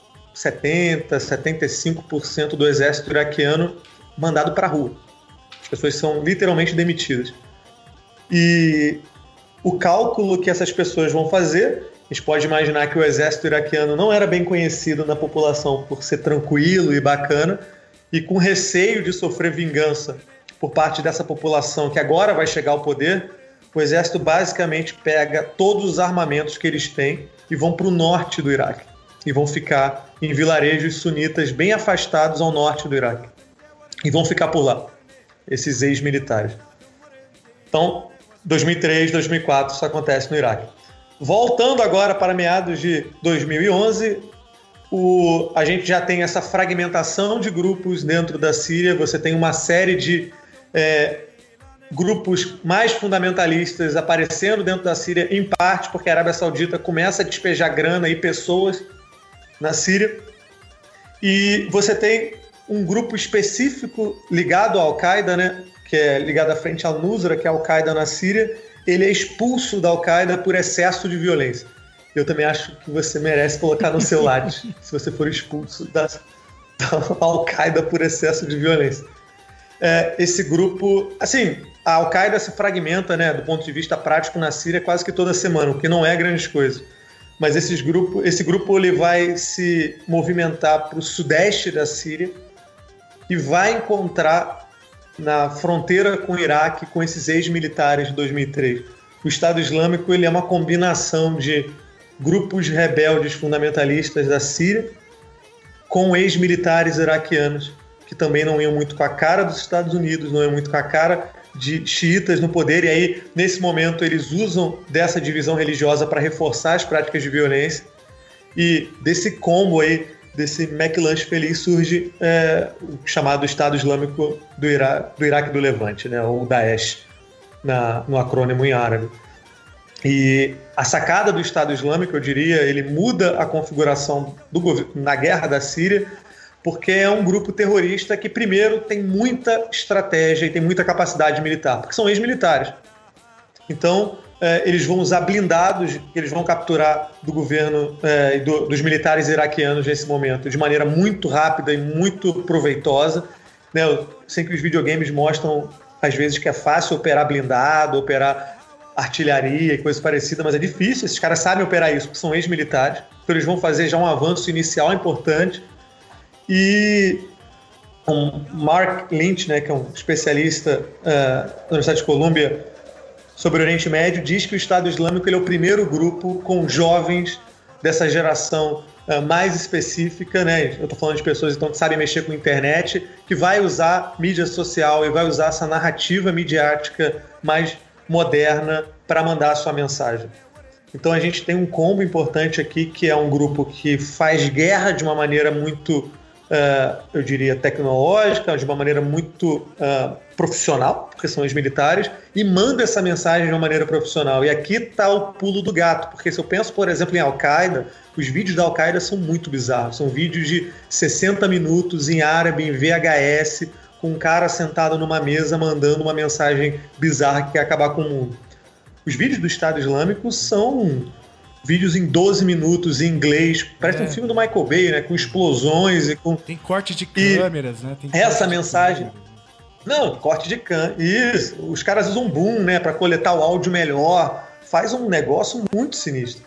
75% do exército iraquiano mandado para a rua. As pessoas são literalmente demitidas. E o cálculo que essas pessoas vão fazer, a gente pode imaginar que o exército iraquiano não era bem conhecido na população por ser tranquilo e bacana, e com receio de sofrer vingança por parte dessa população que agora vai chegar ao poder, o exército basicamente pega todos os armamentos que eles têm e vão para o norte do Iraque. E vão ficar em vilarejos sunitas bem afastados ao norte do Iraque. E vão ficar por lá, esses ex-militares. Então, 2003, 2004, isso acontece no Iraque. Voltando agora para meados de 2011, a gente já tem essa fragmentação de grupos dentro da Síria. Você tem uma série de grupos mais fundamentalistas aparecendo dentro da Síria, em parte porque a Arábia Saudita começa a despejar grana e pessoas na Síria. E você tem um grupo específico ligado à Al-Qaeda, né, que é ligado à Frente Al-Nusra, que é a Al-Qaeda na Síria. Ele é expulso da Al-Qaeda por excesso de violência. Eu também acho que você merece colocar no seu latte se você for expulso da Al-Qaeda por excesso de violência. Esse grupo... Assim, a Al-Qaeda se fragmenta, né, do ponto de vista prático na Síria quase que toda semana, o que não é grande coisa. Mas esse grupo ele vai se movimentar para o sudeste da Síria e vai encontrar na fronteira com o Iraque com esses ex-militares de 2003. O Estado Islâmico ele é uma combinação de grupos rebeldes fundamentalistas da Síria com ex-militares iraquianos que também não iam muito com a cara dos Estados Unidos, não iam muito com a cara de xiitas no poder, e aí, nesse momento, eles usam dessa divisão religiosa para reforçar as práticas de violência, e desse combo aí, desse McLanche feliz, surge o chamado Estado Islâmico do Iraque e do Levante, né, ou Daesh, no acrônimo em árabe. E a sacada do Estado Islâmico, eu diria, ele muda a configuração do governo na guerra da Síria, porque é um grupo terrorista que, primeiro, tem muita estratégia e tem muita capacidade militar, porque são ex-militares. Então, eles vão usar blindados que eles vão capturar do governo e dos militares iraquianos nesse momento, de maneira muito rápida e muito proveitosa. Né? Eu sei que os videogames mostram, às vezes, que é fácil operar blindado, operar artilharia e coisa parecida, mas é difícil. Esses caras sabem operar isso, porque são ex-militares. Então, eles vão fazer já um avanço inicial importante. E o Mark Lynch, né, que é um especialista da Universidade de Colômbia sobre o Oriente Médio, diz que o Estado Islâmico ele é o primeiro grupo com jovens dessa geração mais específica, né? Eu estou falando de pessoas então, que sabem mexer com a internet, que vai usar mídia social e vai usar essa narrativa midiática mais moderna para mandar a sua mensagem. Então a gente tem um combo importante aqui, que é um grupo que faz guerra de uma maneira muito... eu diria tecnológica, de uma maneira muito profissional, porque são ex-militares, e manda essa mensagem de uma maneira profissional. E aqui está o pulo do gato, porque se eu penso, por exemplo, em Al-Qaeda, os vídeos da Al-Qaeda são muito bizarros. São vídeos de 60 minutos em árabe, em VHS, com um cara sentado numa mesa mandando uma mensagem bizarra que quer acabar com o mundo. Os vídeos do Estado Islâmico são... vídeos em 12 minutos em inglês, parece um filme do Michael Bay, né? Com explosões e com... Tem corte de câmeras, né? Tem essa mensagem... Não, corte de câmera. Isso. Os caras usam boom, né? Para coletar o áudio melhor. Faz um negócio muito sinistro.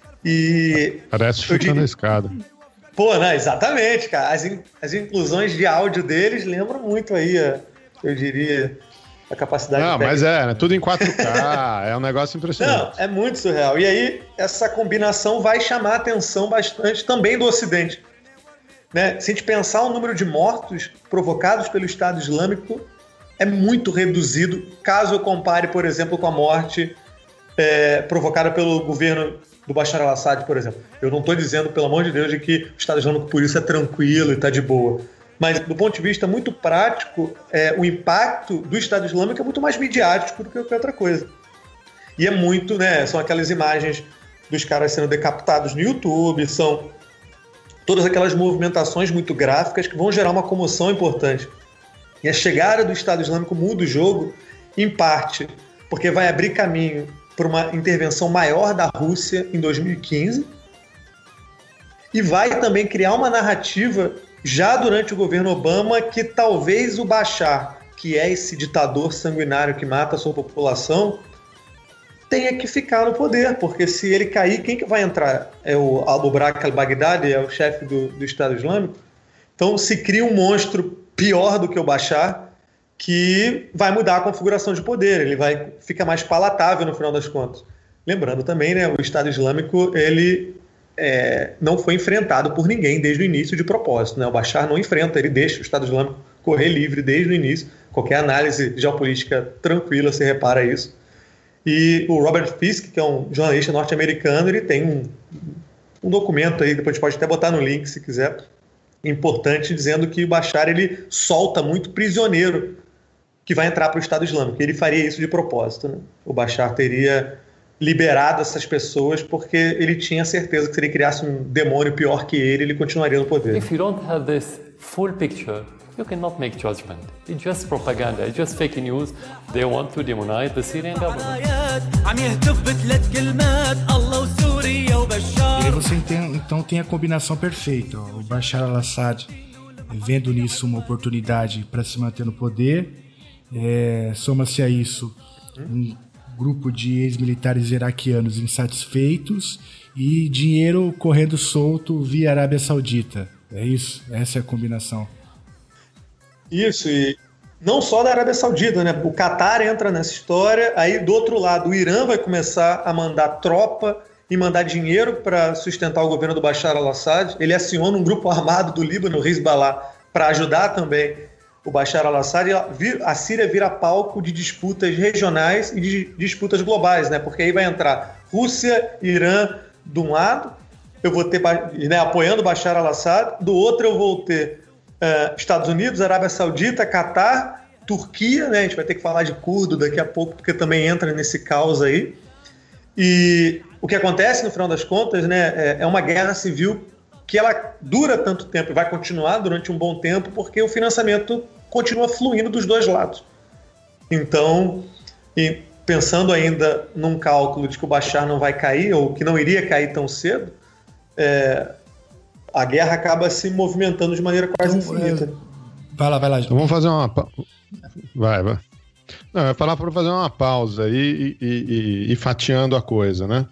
E... Parece chutando a escada. Pô, não, exatamente, cara. As inclusões de áudio deles lembram muito aí, eu diria... a capacidade técnica. Mas né? Tudo em 4K, é um negócio impressionante. Não, é muito surreal. E aí, essa combinação vai chamar a atenção bastante também do Ocidente. Né? Se a gente pensar o número de mortos provocados pelo Estado Islâmico, é muito reduzido, caso eu compare, por exemplo, com a morte provocada pelo governo do Bashar al-Assad, por exemplo. Eu não estou dizendo, pelo amor de Deus, de que o Estado Islâmico por isso é tranquilo e está de boa. Mas, do ponto de vista muito prático, o impacto do Estado Islâmico é muito mais midiático do que qualquer outra coisa. E é muito, né? São aquelas imagens dos caras sendo decapitados no YouTube, são todas aquelas movimentações muito gráficas que vão gerar uma comoção importante. E a chegada do Estado Islâmico muda o jogo, em parte, porque vai abrir caminho para uma intervenção maior da Rússia em 2015 e vai também criar uma narrativa já durante o governo Obama, que talvez o Bashar, que é esse ditador sanguinário que mata a sua população, tenha que ficar no poder, porque se ele cair, quem que vai entrar? É o Abu Bakr al-Baghdadi, é o chefe do Estado Islâmico. Então se cria um monstro pior do que o Bashar, que vai mudar a configuração de poder, ele fica mais palatável no final das contas. Lembrando também, né, o Estado Islâmico, ele não foi enfrentado por ninguém desde o início de propósito, né? O Bashar não enfrenta, ele deixa o Estado Islâmico correr livre desde o início. Qualquer análise geopolítica tranquila, você repara isso. E o Robert Fisk, que é um jornalista norte-americano, ele tem um documento aí, depois a gente pode até botar no link se quiser, importante, dizendo que o Bashar ele solta muito prisioneiro que vai entrar para o Estado Islâmico. Ele faria isso de propósito, né? O Bashar teria liberado essas pessoas porque ele tinha certeza que se ele criasse um demônio pior que ele continuaria no poder. If you don't have this full picture, you cannot make judgment. It's just propaganda, it's just fake news. They want to demonize the Syrian government. E aí você então tem a combinação perfeita. O Bashar al-Assad vendo nisso uma oportunidade para se manter no poder, soma-se a isso um grupo de ex-militares iraquianos insatisfeitos e dinheiro correndo solto via Arábia Saudita. É isso? Essa é a combinação. Isso, e não só da Arábia Saudita, né? O Catar entra nessa história, aí do outro lado o Irã vai começar a mandar tropa e mandar dinheiro para sustentar o governo do Bashar al-Assad. Ele aciona um grupo armado do Líbano, o Hezbollah, para ajudar também o Bashar al-Assad. A Síria vira palco de disputas regionais e de disputas globais, né? Porque aí vai entrar Rússia, Irã de um lado, eu vou ter, né, apoiando o Bashar al-Assad, do outro eu vou ter Estados Unidos, Arábia Saudita, Catar, Turquia, né? A gente vai ter que falar de curdo daqui a pouco, porque também entra nesse caos aí. E o que acontece, no final das contas, né, é uma guerra civil que ela dura tanto tempo e vai continuar durante um bom tempo, porque o financiamento continua fluindo dos dois lados. Então, e pensando ainda num cálculo de que o Bashar não vai cair, ou que não iria cair tão cedo, a guerra acaba se movimentando de maneira quase infinita. Vai lá. Então vamos fazer uma... Vai. Não, eu ia falar para fazer uma pausa aí e fatiando a coisa, né?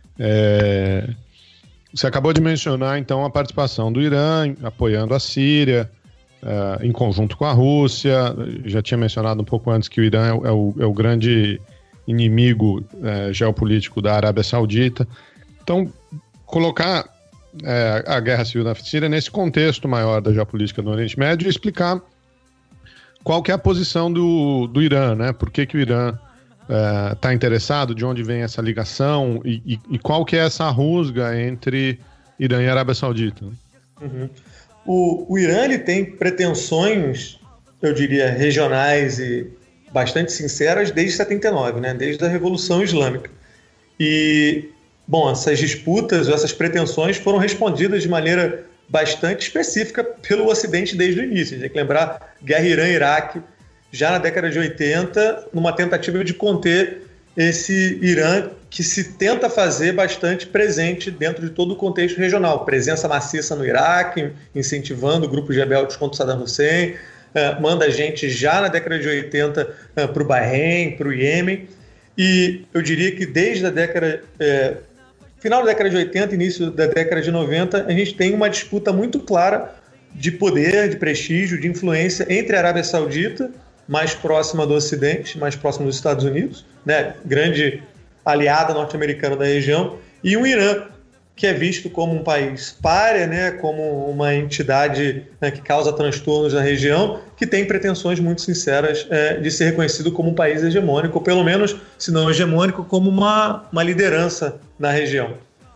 Você acabou de mencionar, então, a participação do Irã apoiando a Síria, em conjunto com a Rússia. Já tinha mencionado um pouco antes que o Irã é o grande inimigo geopolítico da Arábia Saudita. Então, colocar a guerra civil na Síria nesse contexto maior da geopolítica do Oriente Médio e explicar qual que é a posição do Irã, né? Por que o Irã está interessado, de onde vem essa ligação e qual que é essa rusga entre Irã e Arábia Saudita. Uhum. O Irã ele tem pretensões, eu diria, regionais e bastante sinceras desde 79, né? Desde a Revolução Islâmica. E, bom, essas disputas, essas pretensões foram respondidas de maneira bastante específica pelo Ocidente desde o início. A gente tem que lembrar guerra Irã-Iraque, já na década de 80, numa tentativa de conter esse Irã que se tenta fazer bastante presente dentro de todo o contexto regional. Presença maciça no Iraque, incentivando grupos rebeldes contra Saddam Hussein, manda gente já na década de 80 para o Bahrein, para o Iêmen. E eu diria que desde a década... final da década de 80, início da década de 90, a gente tem uma disputa muito clara de poder, de prestígio, de influência entre a Arábia Saudita, mais próxima do Ocidente, mais próxima dos Estados Unidos, né, grande aliada norte-americana da região, e o Irã, que é visto como um país pária, né, como uma entidade, né, que causa transtornos na região, que tem pretensões muito sinceras de ser reconhecido como um país hegemônico, ou pelo menos, se não hegemônico, como uma liderança na região.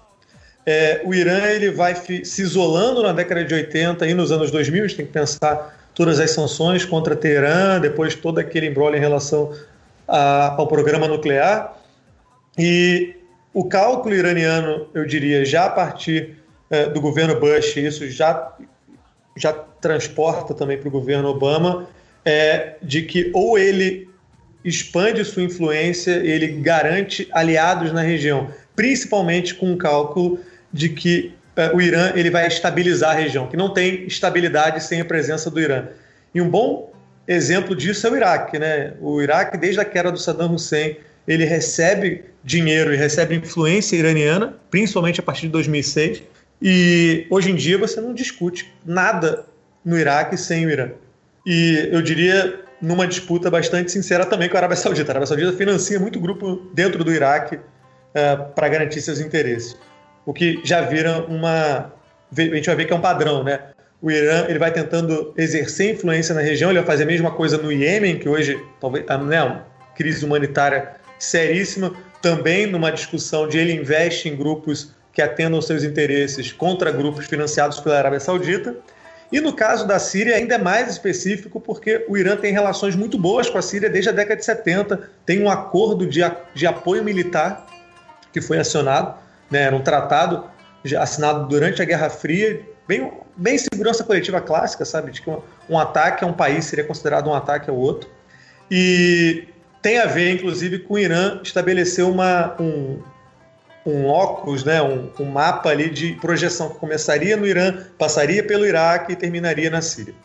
O Irã ele vai se isolando na década de 80 e nos anos 2000, a gente tem que pensar todas as sanções contra Teherã, depois todo aquele imbróglio em relação ao programa nuclear. E o cálculo iraniano, eu diria, já a partir do governo Bush, isso já transporta também para o governo Obama, de que ou ele expande sua influência, ele garante aliados na região, principalmente com o cálculo de que o Irã ele vai estabilizar a região, que não tem estabilidade sem a presença do Irã. E um bom exemplo disso é o Iraque, né? O Iraque, desde a queda do Saddam Hussein, ele recebe dinheiro e recebe influência iraniana, principalmente a partir de 2006, e hoje em dia você não discute nada no Iraque sem o Irã. E eu diria numa disputa bastante sincera também com a Arábia Saudita. A Arábia Saudita financia muito grupo dentro do Iraque para garantir seus interesses. o que já vira a gente vai ver que é um padrão, né? O Irã ele vai tentando exercer influência na região, ele vai fazer a mesma coisa no Iêmen, que hoje talvez uma crise humanitária seríssima, também numa discussão de ele investe em grupos que atendam aos seus interesses contra grupos financiados pela Arábia Saudita. E no caso da Síria ainda é mais específico, porque o Irã tem relações muito boas com a Síria desde a década de 70, tem um acordo de apoio militar que foi acionado, né? Era um tratado assinado durante a Guerra Fria, bem segurança coletiva clássica, sabe? De que um ataque a um país seria considerado um ataque ao outro. E tem a ver, inclusive, com o Irã estabelecer um locus, né? um mapa ali de projeção que começaria no Irã, passaria pelo Iraque e terminaria na Síria.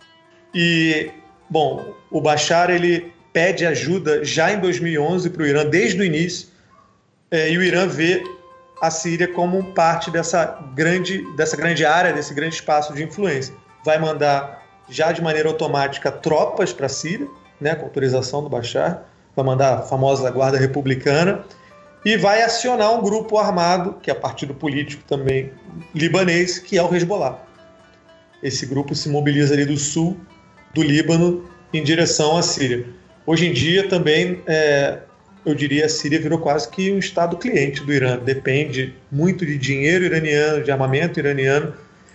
E, bom, o Bashar ele pede ajuda já em 2011 para o Irã, desde o início, e o Irã vê a Síria como parte dessa grande área, desse grande espaço de influência. Vai mandar já de maneira automática tropas para a Síria, né, com autorização do Bashar, vai mandar a famosa Guarda Republicana e vai acionar um grupo armado, que é partido político também libanês, que é o Hezbollah. Esse grupo se mobiliza ali do sul do Líbano em direção à Síria. Hoje em dia também eu diria, a Síria virou quase que um estado cliente do Irã. Depende muito de dinheiro iraniano, de armamento iraniano,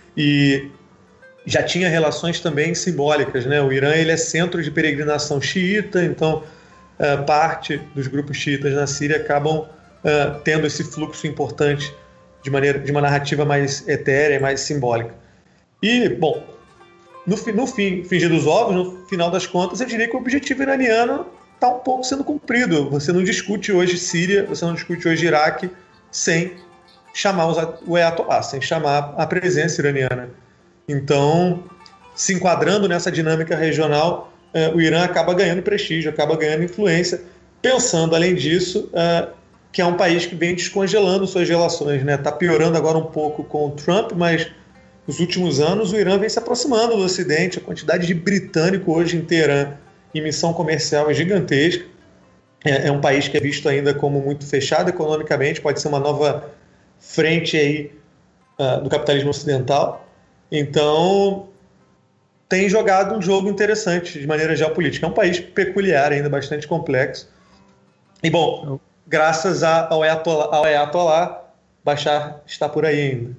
e já tinha relações também simbólicas, né? O Irã ele é centro de peregrinação xiita, então parte dos grupos xiitas na Síria acabam tendo esse fluxo importante de uma narrativa mais etérea, mais simbólica. E, bom, no fingir dos ovos, no final das contas, eu diria que o objetivo iraniano está um pouco sendo cumprido. Você não discute hoje Síria, você não discute hoje Iraque sem chamar o Ayatollah, sem chamar a presença iraniana. Então, se enquadrando nessa dinâmica regional, o Irã acaba ganhando prestígio, acaba ganhando influência, pensando, além disso, que é um país que vem descongelando suas relações, né? Está piorando agora um pouco com o Trump, mas nos últimos anos o Irã vem se aproximando do Ocidente. A quantidade de britânico hoje em Teherã em missão comercial é gigantesca. É um país que é visto ainda como muito fechado economicamente, pode ser uma nova frente aí, do capitalismo ocidental. Então, tem jogado um jogo interessante de maneira geopolítica. É um país peculiar, ainda bastante complexo. E, bom, graças ao Ayatollah, Bashar está por aí ainda.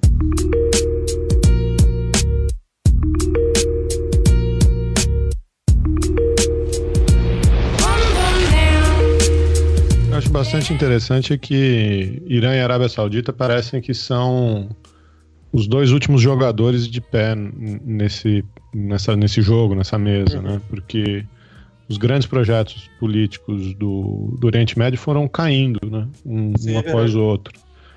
Acho bastante interessante que Irã e Arábia Saudita parecem que são os dois últimos jogadores de pé nesse jogo, nessa mesa, né? Porque os grandes projetos políticos do Oriente Médio foram caindo, né? Um após o outro.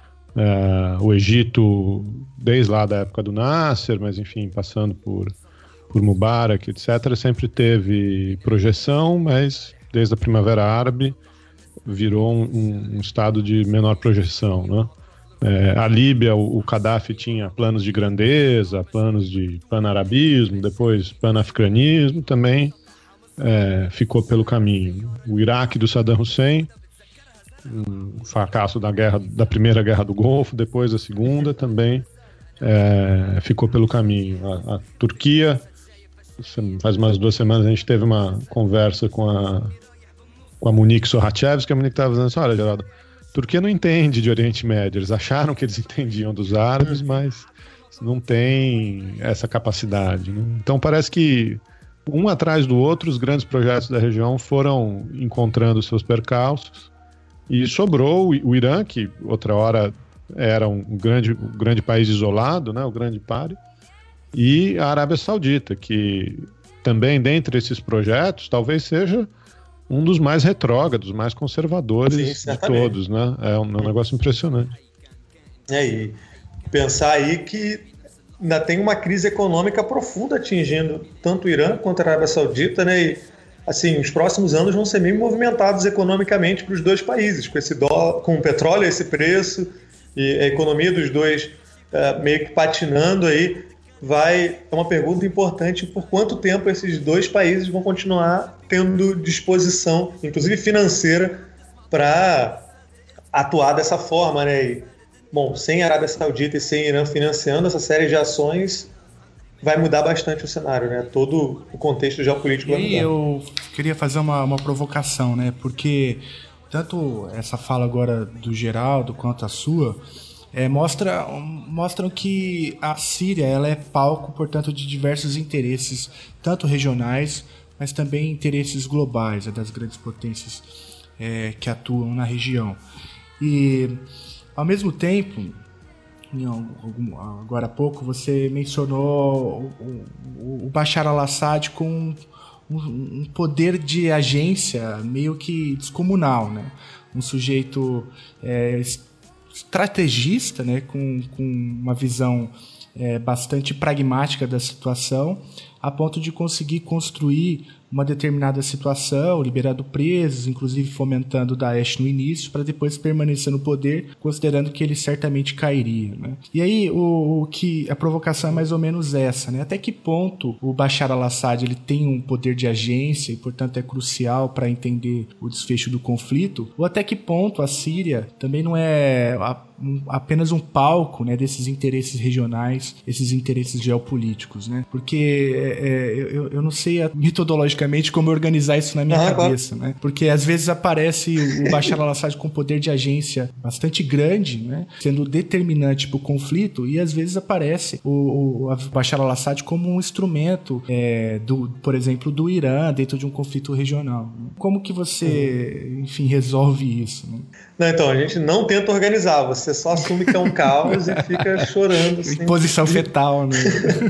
O Egito, desde lá da época do Nasser, mas enfim, passando por Mubarak, etc., sempre teve projeção, mas desde a Primavera Árabe virou um estado de menor projeção, né? A Líbia, o Gaddafi tinha planos de grandeza, planos de pan-arabismo, depois pan-africanismo, também ficou pelo caminho. O Iraque do Saddam Hussein, o fracasso da primeira guerra do Golfo, depois da segunda, também ficou pelo caminho. A Turquia, faz umas 2 semanas a gente teve uma conversa com a Monique Sorachevski, a Monique estava dizendo assim: olha, Geraldo, a Turquia não entende de Oriente Médio, eles acharam que eles entendiam dos árabes, mas não tem essa capacidade, né? Então parece que um atrás do outro os grandes projetos da região foram encontrando seus percalços e sobrou o Irã, que outra hora era um grande país isolado, né, o grande páreo, e a Arábia Saudita, que também dentre esses projetos talvez seja um dos mais retrógrados, mais conservadores de todos, né? É um negócio impressionante. E pensar aí que ainda tem uma crise econômica profunda atingindo tanto o Irã quanto a Arábia Saudita, né? E, assim, os próximos anos vão ser meio movimentados economicamente para os dois países, com esse dólar, com o petróleo a esse preço e a economia dos dois meio que patinando aí. É uma pergunta importante: por quanto tempo esses dois países vão continuar tendo disposição, inclusive financeira, para atuar dessa forma, né? E bom, sem a Arábia Saudita e sem Irã financiando essa série de ações, vai mudar bastante o cenário, né? Todo o contexto geopolítico vai mudar. E eu queria fazer uma provocação, né? Porque tanto essa fala agora do Geraldo quanto a sua mostram que a Síria ela é palco, portanto, de diversos interesses, tanto regionais, mas também interesses globais, das grandes potências que atuam na região. E, ao mesmo tempo, agora há pouco, você mencionou o Bashar al-Assad com um poder de agência meio que descomunal, né? Um sujeito estrategista, né? com uma visão bastante pragmática da situação, a ponto de conseguir construir uma determinada situação, liberando presos, inclusive fomentando o Daesh no início, para depois permanecer no poder, considerando que ele certamente cairia, né? E aí a provocação é mais ou menos essa, né? Até que ponto o Bashar al-Assad ele tem um poder de agência e, portanto, é crucial para entender o desfecho do conflito? Ou até que ponto a Síria também não é apenas um palco, né, desses interesses regionais, esses interesses geopolíticos, né? Porque eu não sei metodologicamente como organizar isso na minha cabeça, né? Porque às vezes aparece o Bashar al-Assad com poder de agência bastante grande, né, sendo determinante para o conflito, e às vezes aparece o Bashar al-Assad como um instrumento, por exemplo, do Irã dentro de um conflito regional, né? Como que você, enfim, resolve isso, né? Não, então, a gente não tenta organizar, você só assume que é um caos e fica chorando. Assim. Em posição fetal, né?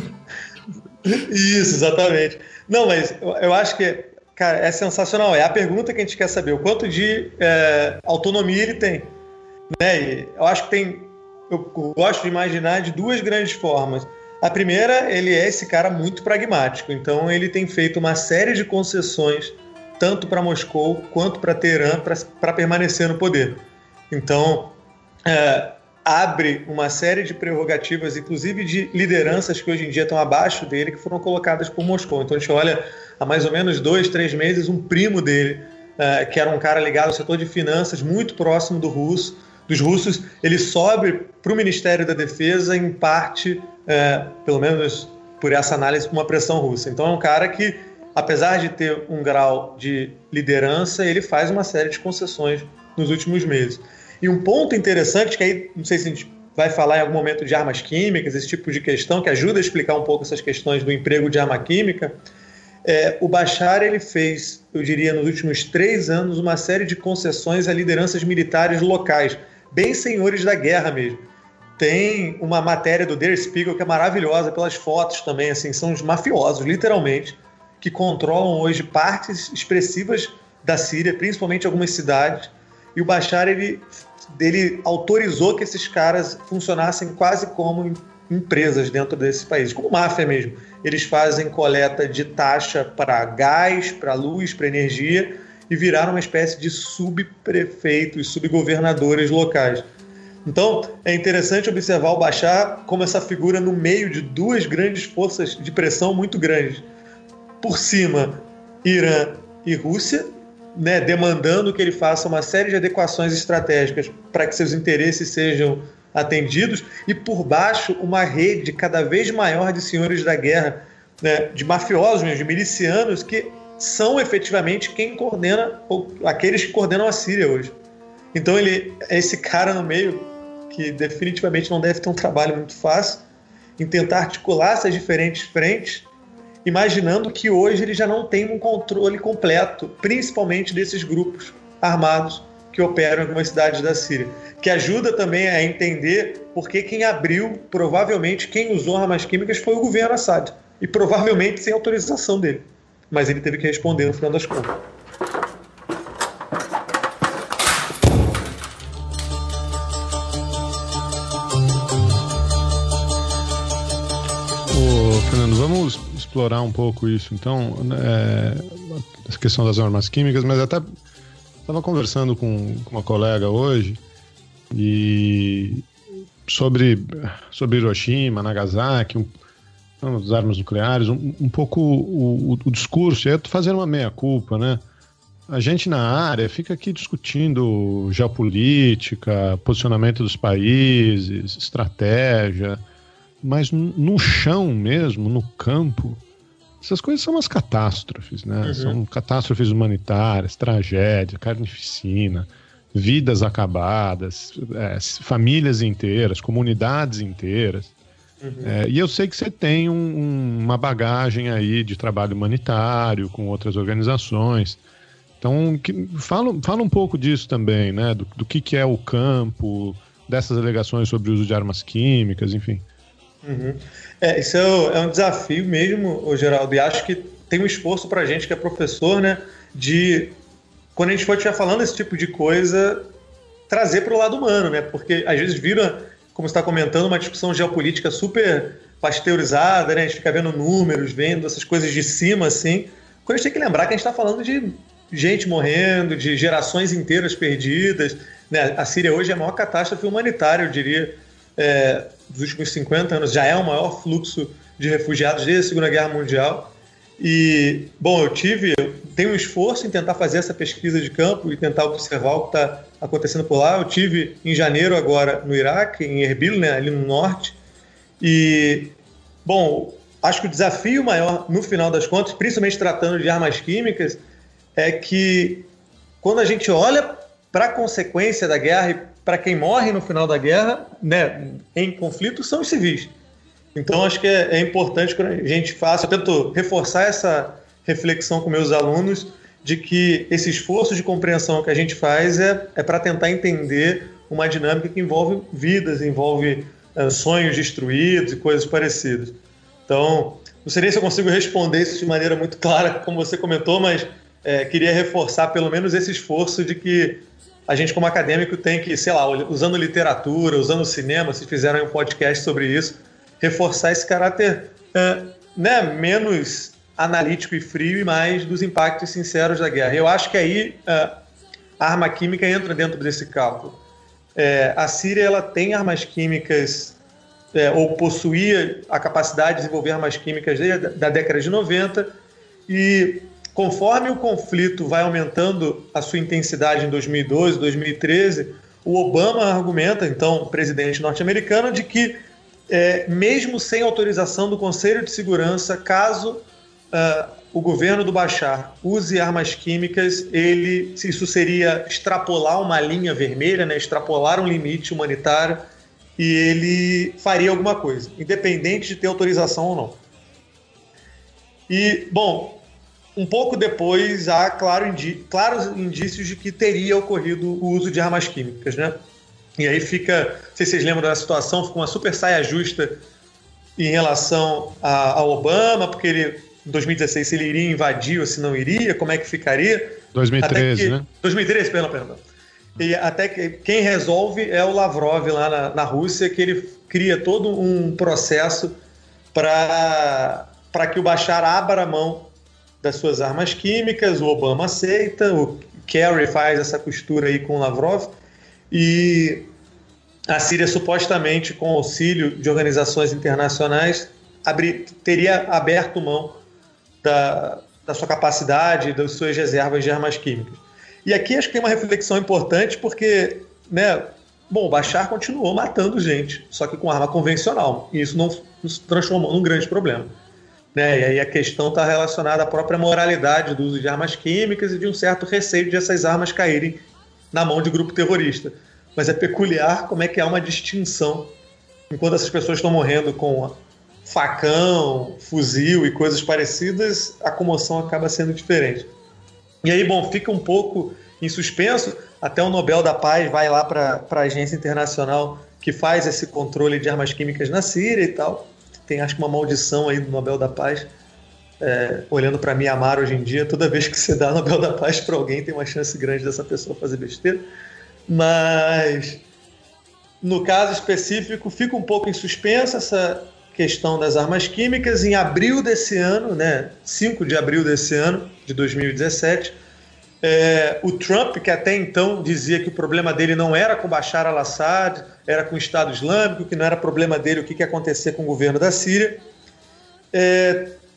Isso, exatamente. Não, mas eu acho que, cara, é sensacional. É a pergunta que a gente quer saber, o quanto de autonomia ele tem. Né? E eu acho que eu gosto de imaginar de duas grandes formas. A primeira, ele é esse cara muito pragmático, então ele tem feito uma série de concessões tanto para Moscou quanto para Teherã, para permanecer no poder. Então, abre uma série de prerrogativas, inclusive de lideranças que hoje em dia estão abaixo dele, que foram colocadas por Moscou. Então, a gente olha, há mais ou menos 2-3 meses, um primo dele, que era um cara ligado ao setor de finanças, muito próximo dos russos, ele sobe para o Ministério da Defesa, em parte, pelo menos por essa análise, por uma pressão russa. Então, é um cara que, apesar de ter um grau de liderança, ele faz uma série de concessões nos últimos meses. E um ponto interessante, que aí não sei se a gente vai falar em algum momento de armas químicas, esse tipo de questão, que ajuda a explicar um pouco essas questões do emprego de arma química, o Bashar ele fez, eu diria, nos últimos 3 anos, uma série de concessões a lideranças militares locais, bem senhores da guerra mesmo. Tem uma matéria do Der Spiegel que é maravilhosa, pelas fotos também, assim, são os mafiosos, literalmente, que controlam hoje partes expressivas da Síria, principalmente algumas cidades, e o Bashar ele autorizou que esses caras funcionassem quase como empresas dentro desse país, como máfia mesmo. Eles fazem coleta de taxa para gás, para luz, para energia, e viraram uma espécie de subprefeitos, subgovernadores locais. Então, é interessante observar o Bashar como essa figura no meio de duas grandes forças de pressão muito grandes. Por cima, Irã e Rússia, né, demandando que ele faça uma série de adequações estratégicas para que seus interesses sejam atendidos, e por baixo uma rede cada vez maior de senhores da guerra, né, de mafiosos mesmo, de milicianos, que são efetivamente quem coordena, ou aqueles que coordenam a Síria hoje. Então ele é esse cara no meio que definitivamente não deve ter um trabalho muito fácil em tentar articular essas diferentes frentes, imaginando que hoje ele já não tem um controle completo, principalmente desses grupos armados que operam em algumas cidades da Síria, que ajuda também a entender porque quem abriu, provavelmente quem usou armas químicas foi o governo Assad, e provavelmente sem autorização dele, mas ele teve que responder no final das contas. Fernando, vamos explorar um pouco isso, então, essa questão das armas químicas, mas até estava conversando com uma colega hoje e sobre Hiroshima, Nagasaki, as armas nucleares, um pouco o discurso, e eu estou fazendo uma meia-culpa, né? A gente na área fica aqui discutindo geopolítica, posicionamento dos países, estratégia, mas no chão mesmo, no campo, essas coisas são umas catástrofes, né? Uhum. São catástrofes humanitárias, tragédia, carnificina, vidas acabadas, famílias inteiras, comunidades inteiras. Uhum. E eu sei que você tem uma bagagem aí de trabalho humanitário com outras organizações. Então, fala um pouco disso também, né? Do que é o campo, dessas alegações sobre o uso de armas químicas, enfim. Uhum. Isso é um desafio mesmo, Geraldo, e acho que tem um esforço pra gente que é professor, né? De, quando a gente for estiver falando esse tipo de coisa, trazer para o lado humano, né? Porque às vezes vira, como você está comentando, uma discussão geopolítica super pasteurizada, né? A gente fica vendo números, vendo essas coisas de cima, assim. Quando a gente tem que lembrar que a gente está falando de gente morrendo, de gerações inteiras perdidas, né? A Síria hoje é a maior catástrofe humanitária, eu diria, dos últimos 50 anos. Já é o maior fluxo de refugiados desde a Segunda Guerra Mundial. E, bom, eu tenho um esforço em tentar fazer essa pesquisa de campo e tentar observar o que está acontecendo por lá. Eu tive em janeiro agora no Iraque, em Erbil, né, ali no norte. E, bom, acho que o desafio maior, no final das contas, principalmente tratando de armas químicas, é que quando a gente olha para a consequência da guerra e para quem morre no final da guerra, né, em conflito, são os civis. Então, acho que é importante que a gente faça, eu tento reforçar essa reflexão com meus alunos, de que esse esforço de compreensão que a gente faz é para tentar entender uma dinâmica que envolve vidas, envolve sonhos destruídos e coisas parecidas. Então, não sei nem se eu consigo responder isso de maneira muito clara, como você comentou, mas queria reforçar pelo menos esse esforço de que a gente, como acadêmico, tem que, sei lá, usando literatura, usando cinema, se fizerem um podcast sobre isso, reforçar esse caráter né, menos analítico e frio e mais dos impactos sinceros da guerra. Eu acho que aí a arma química entra dentro desse cálculo. A Síria ela tem armas químicas, ou possuía a capacidade de desenvolver armas químicas desde a década de 90, e conforme o conflito vai aumentando a sua intensidade em 2012, 2013, o Obama argumenta, então presidente norte-americano, de que mesmo sem autorização do Conselho de Segurança, caso o governo do Bashar use armas químicas, isso seria extrapolar uma linha vermelha, né, extrapolar um limite humanitário, e ele faria alguma coisa, independente de ter autorização ou não. E, bom, um pouco depois há claros indícios de que teria ocorrido o uso de armas químicas, né? E aí fica, não sei se vocês lembram da situação, fica uma super saia justa em relação ao Obama, porque ele, em 2016, se ele iria invadir ou se não iria, como é que ficaria. 2013, né? 2013, perdão. E até que quem resolve é o Lavrov lá na Rússia, que ele cria todo um processo para que o Bashar abra a mão das suas armas químicas, o Obama aceita, o Kerry faz essa costura aí com o Lavrov, e a Síria supostamente, com auxílio de organizações internacionais, teria aberto mão da sua capacidade, das suas reservas de armas químicas. E aqui acho que tem uma reflexão importante, porque, né, bom, o Bashar continuou matando gente, só que com arma convencional, e isso não se transformou num grande problema. Né? E aí a questão está relacionada à própria moralidade do uso de armas químicas e de um certo receio de essas armas caírem na mão de grupo terrorista. Mas é peculiar como é que há uma distinção. Enquanto essas pessoas estão morrendo com facão, fuzil e coisas parecidas, a comoção acaba sendo diferente. E aí, bom, fica um pouco em suspenso, até o Nobel da Paz vai lá para a agência internacional que faz esse controle de armas químicas na Síria e tal. Tem, acho que, uma maldição aí do Nobel da Paz. Olhando para Mianmar hoje em dia, toda vez que você dá Nobel da Paz para alguém, tem uma chance grande dessa pessoa fazer besteira. Mas, no caso específico, fica um pouco em suspenso essa questão das armas químicas. Em abril desse ano, né, 5 de abril desse ano, de 2017, o Trump, que até então dizia que o problema dele não era com Bashar al-Assad, era com o Estado Islâmico, que não era problema dele o que ia acontecer com o governo da Síria,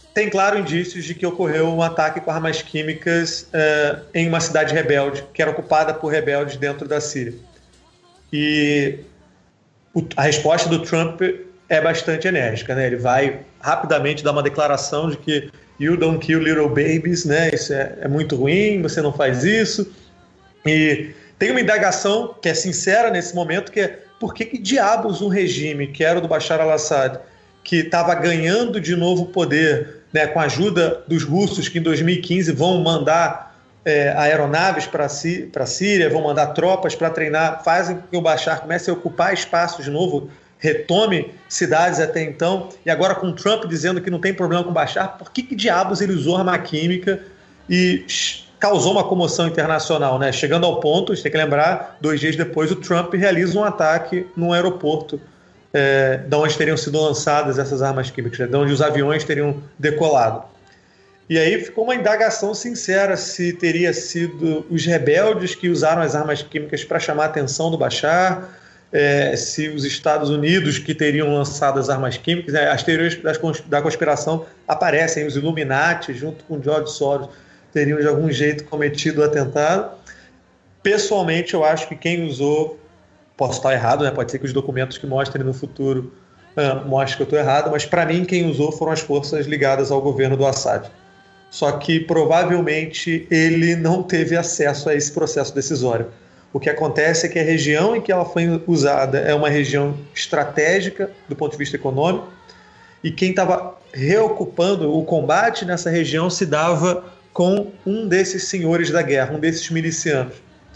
tem claro indícios de que ocorreu um ataque com armas químicas em uma cidade rebelde, que era ocupada por rebeldes dentro da Síria. E a resposta do Trump é bastante enérgica, né? Ele vai rapidamente dar uma declaração de que "you don't kill little babies", né? Isso é muito ruim, você não faz isso. E tem uma indagação que é sincera nesse momento, que é por que diabos um regime, que era o do Bashar al-Assad, que estava ganhando de novo poder, né, com a ajuda dos russos, que em 2015 vão mandar aeronaves para a Síria, vão mandar tropas para treinar, fazem com que o Bashar comece a ocupar espaços de novo, retome cidades até então, e agora com o Trump dizendo que não tem problema com o Bashar, por que diabos ele usou arma química e causou uma comoção internacional, né? Chegando ao ponto, a gente tem que lembrar, 2 dias depois o Trump realiza um ataque num aeroporto de onde teriam sido lançadas essas armas químicas, de onde os aviões teriam decolado. E aí ficou uma indagação sincera se teria sido os rebeldes que usaram as armas químicas para chamar a atenção do Bashar, se os Estados Unidos que teriam lançado as armas químicas. As teorias da conspiração aparecem, os Illuminati, junto com George Soros, teriam de algum jeito cometido o atentado. Pessoalmente, eu acho que quem usou, posso estar errado, né? Pode ser que os documentos que mostrem no futuro mostrem que eu estou errado, mas para mim quem usou foram as forças ligadas ao governo do Assad. Só que provavelmente ele não teve acesso a esse processo decisório. O que acontece é que a região em que ela foi usada é uma região estratégica do ponto de vista econômico, e quem estava reocupando o combate nessa região se dava com um desses senhores da guerra, um desses milicianos.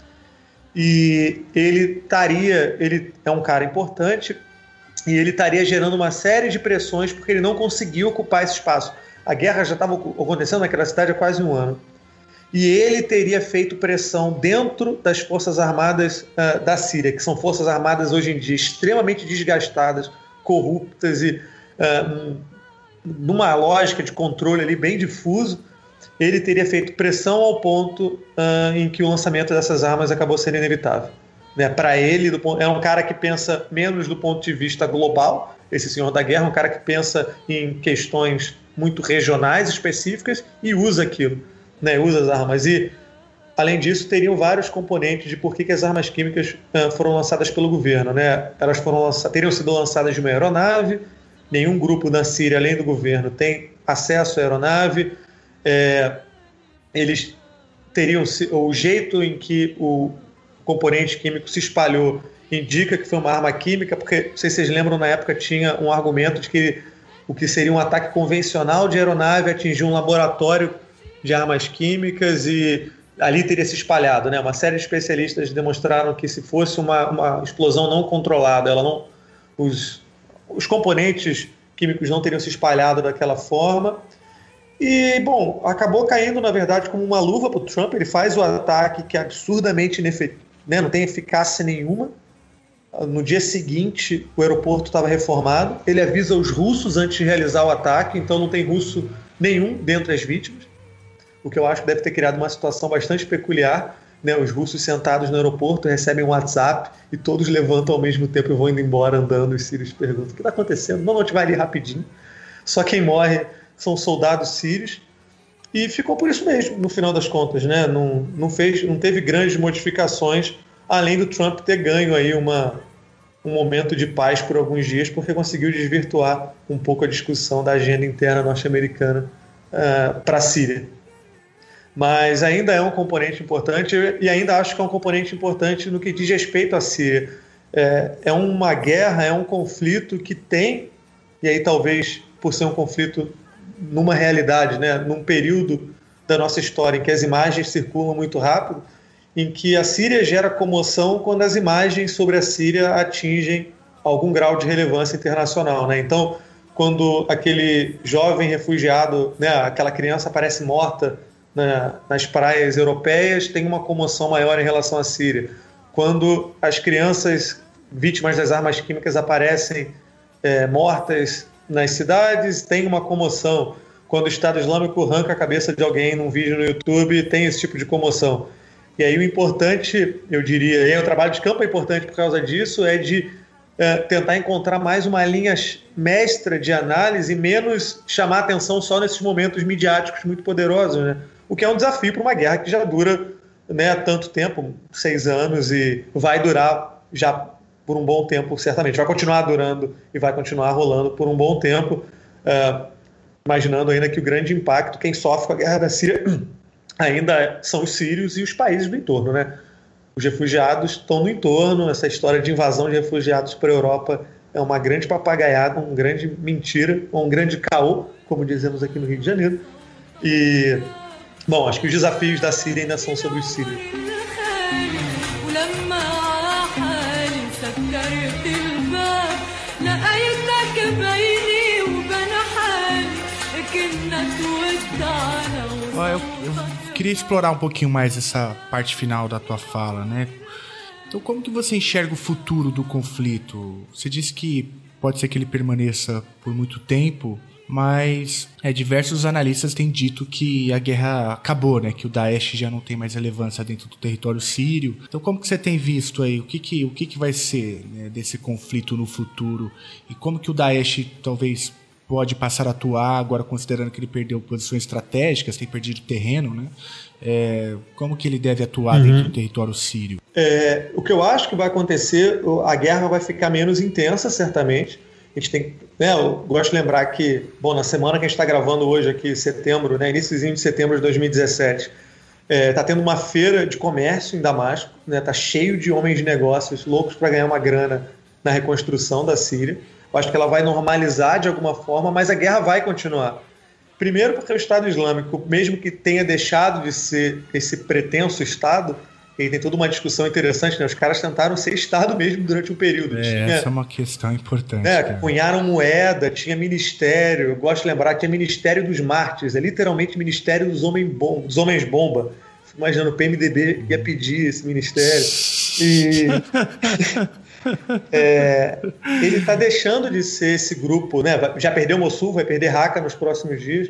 E ele é um cara importante, e ele estaria gerando uma série de pressões porque ele não conseguiu ocupar esse espaço. A guerra já estava acontecendo naquela cidade há quase 1 ano. E ele teria feito pressão dentro das Forças Armadas da Síria, que são forças armadas hoje em dia extremamente desgastadas, corruptas e numa lógica de controle ali bem difuso. Ele teria feito pressão ao ponto em que o lançamento dessas armas acabou sendo inevitável. Né? Para ele, é um cara que pensa menos do ponto de vista global, esse senhor da guerra, um cara que pensa em questões muito regionais, específicas, e usa aquilo, né? Usa as armas. E, além disso, teriam vários componentes de por que as armas químicas foram lançadas pelo governo. Né? Elas teriam sido lançadas de uma aeronave, nenhum grupo na Síria, além do governo, tem acesso à aeronave. Eles teriam o jeito em que o componente químico se espalhou indica que foi uma arma química, porque, não sei se vocês lembram, na época tinha um argumento de que o que seria um ataque convencional de aeronave atingiu um laboratório de armas químicas e ali teria se espalhado, né? Uma série de especialistas demonstraram que se fosse uma explosão não controlada, os componentes químicos não teriam se espalhado daquela forma. E, bom, acabou caindo, na verdade, como uma luva para o Trump. Ele faz o ataque que é absurdamente né, não tem eficácia nenhuma. No dia seguinte, o aeroporto estava reformado. Ele avisa os russos antes de realizar o ataque, então não tem russo nenhum dentre as vítimas, o que eu acho que deve ter criado uma situação bastante peculiar. Né? Os russos sentados no aeroporto recebem um WhatsApp e todos levantam ao mesmo tempo e vão indo embora andando. Os sírios perguntam: o que está acontecendo? Não, a gente vai ali rapidinho. Só quem morre são soldados sírios, e ficou por isso mesmo, no final das contas, né? Não teve grandes modificações, além do Trump ter ganho aí um momento de paz por alguns dias, porque conseguiu desvirtuar um pouco a discussão da agenda interna norte-americana para a Síria. Mas ainda é um componente importante, e ainda acho que é um componente importante no que diz respeito à Síria. É uma guerra, é um conflito que tem, e aí talvez por ser um conflito numa realidade, né, num período da nossa história em que as imagens circulam muito rápido, em que a Síria gera comoção quando as imagens sobre a Síria atingem algum grau de relevância internacional. Né? Então, quando aquele jovem refugiado, né, aquela criança aparece morta nas praias europeias, tem uma comoção maior em relação à Síria. Quando as crianças vítimas das armas químicas aparecem mortas nas cidades, tem uma comoção. Quando o Estado Islâmico arranca a cabeça de alguém num vídeo no YouTube, tem esse tipo de comoção. E aí o importante, eu diria, e o trabalho de campo é importante por causa disso, é de tentar encontrar mais uma linha mestra de análise e menos chamar atenção só nesses momentos midiáticos muito poderosos, né? O que é um desafio para uma guerra que já dura, né, há tanto tempo, 6 anos, e vai durar já por um bom tempo, certamente. Vai continuar durando e vai continuar rolando por um bom tempo, imaginando ainda que o grande impacto, quem sofre com a guerra da Síria ainda são os sírios e os países do entorno, né? Os refugiados estão no entorno, essa história de invasão de refugiados para a Europa é uma grande papagaiada, uma grande mentira, um grande caô, como dizemos aqui no Rio de Janeiro. E, bom, acho que os desafios da Síria ainda são sobre os sírios. Eu queria explorar um pouquinho mais essa parte final da tua fala, né? Então, como que você enxerga o futuro do conflito? Você disse que pode ser que ele permaneça por muito tempo, mas diversos analistas têm dito que a guerra acabou, né? Que o Daesh já não tem mais relevância dentro do território sírio. Então, como que você tem visto aí? O que vai ser, né, desse conflito no futuro? E como que o Daesh talvez pode passar a atuar, agora considerando que ele perdeu posições estratégicas, tem perdido terreno, né? Como que ele deve atuar dentro do território sírio? O que eu acho que vai acontecer, a guerra vai ficar menos intensa, certamente. A gente tem, né, eu gosto de lembrar que, bom, na semana que a gente está gravando hoje aqui, setembro, né, iníciozinho de setembro de 2017, está tendo uma feira de comércio em Damasco, né, tá cheio de homens de negócios loucos para ganhar uma grana na reconstrução da Síria. Eu acho que ela vai normalizar de alguma forma, mas a guerra vai continuar. Primeiro porque o Estado Islâmico, mesmo que tenha deixado de ser esse pretenso Estado, e aí tem toda uma discussão interessante, né? Os caras tentaram ser Estado mesmo durante um período. Essa é uma questão importante. Cunharam moeda, tinha ministério, eu gosto de lembrar que tinha Ministério dos Mártires, é literalmente Ministério dos Homens Bomba. Fico imaginando, o PMDB ia pedir esse ministério. E... ele está deixando de ser esse grupo, né? Já perdeu Mossul, vai perder Raqqa nos próximos dias.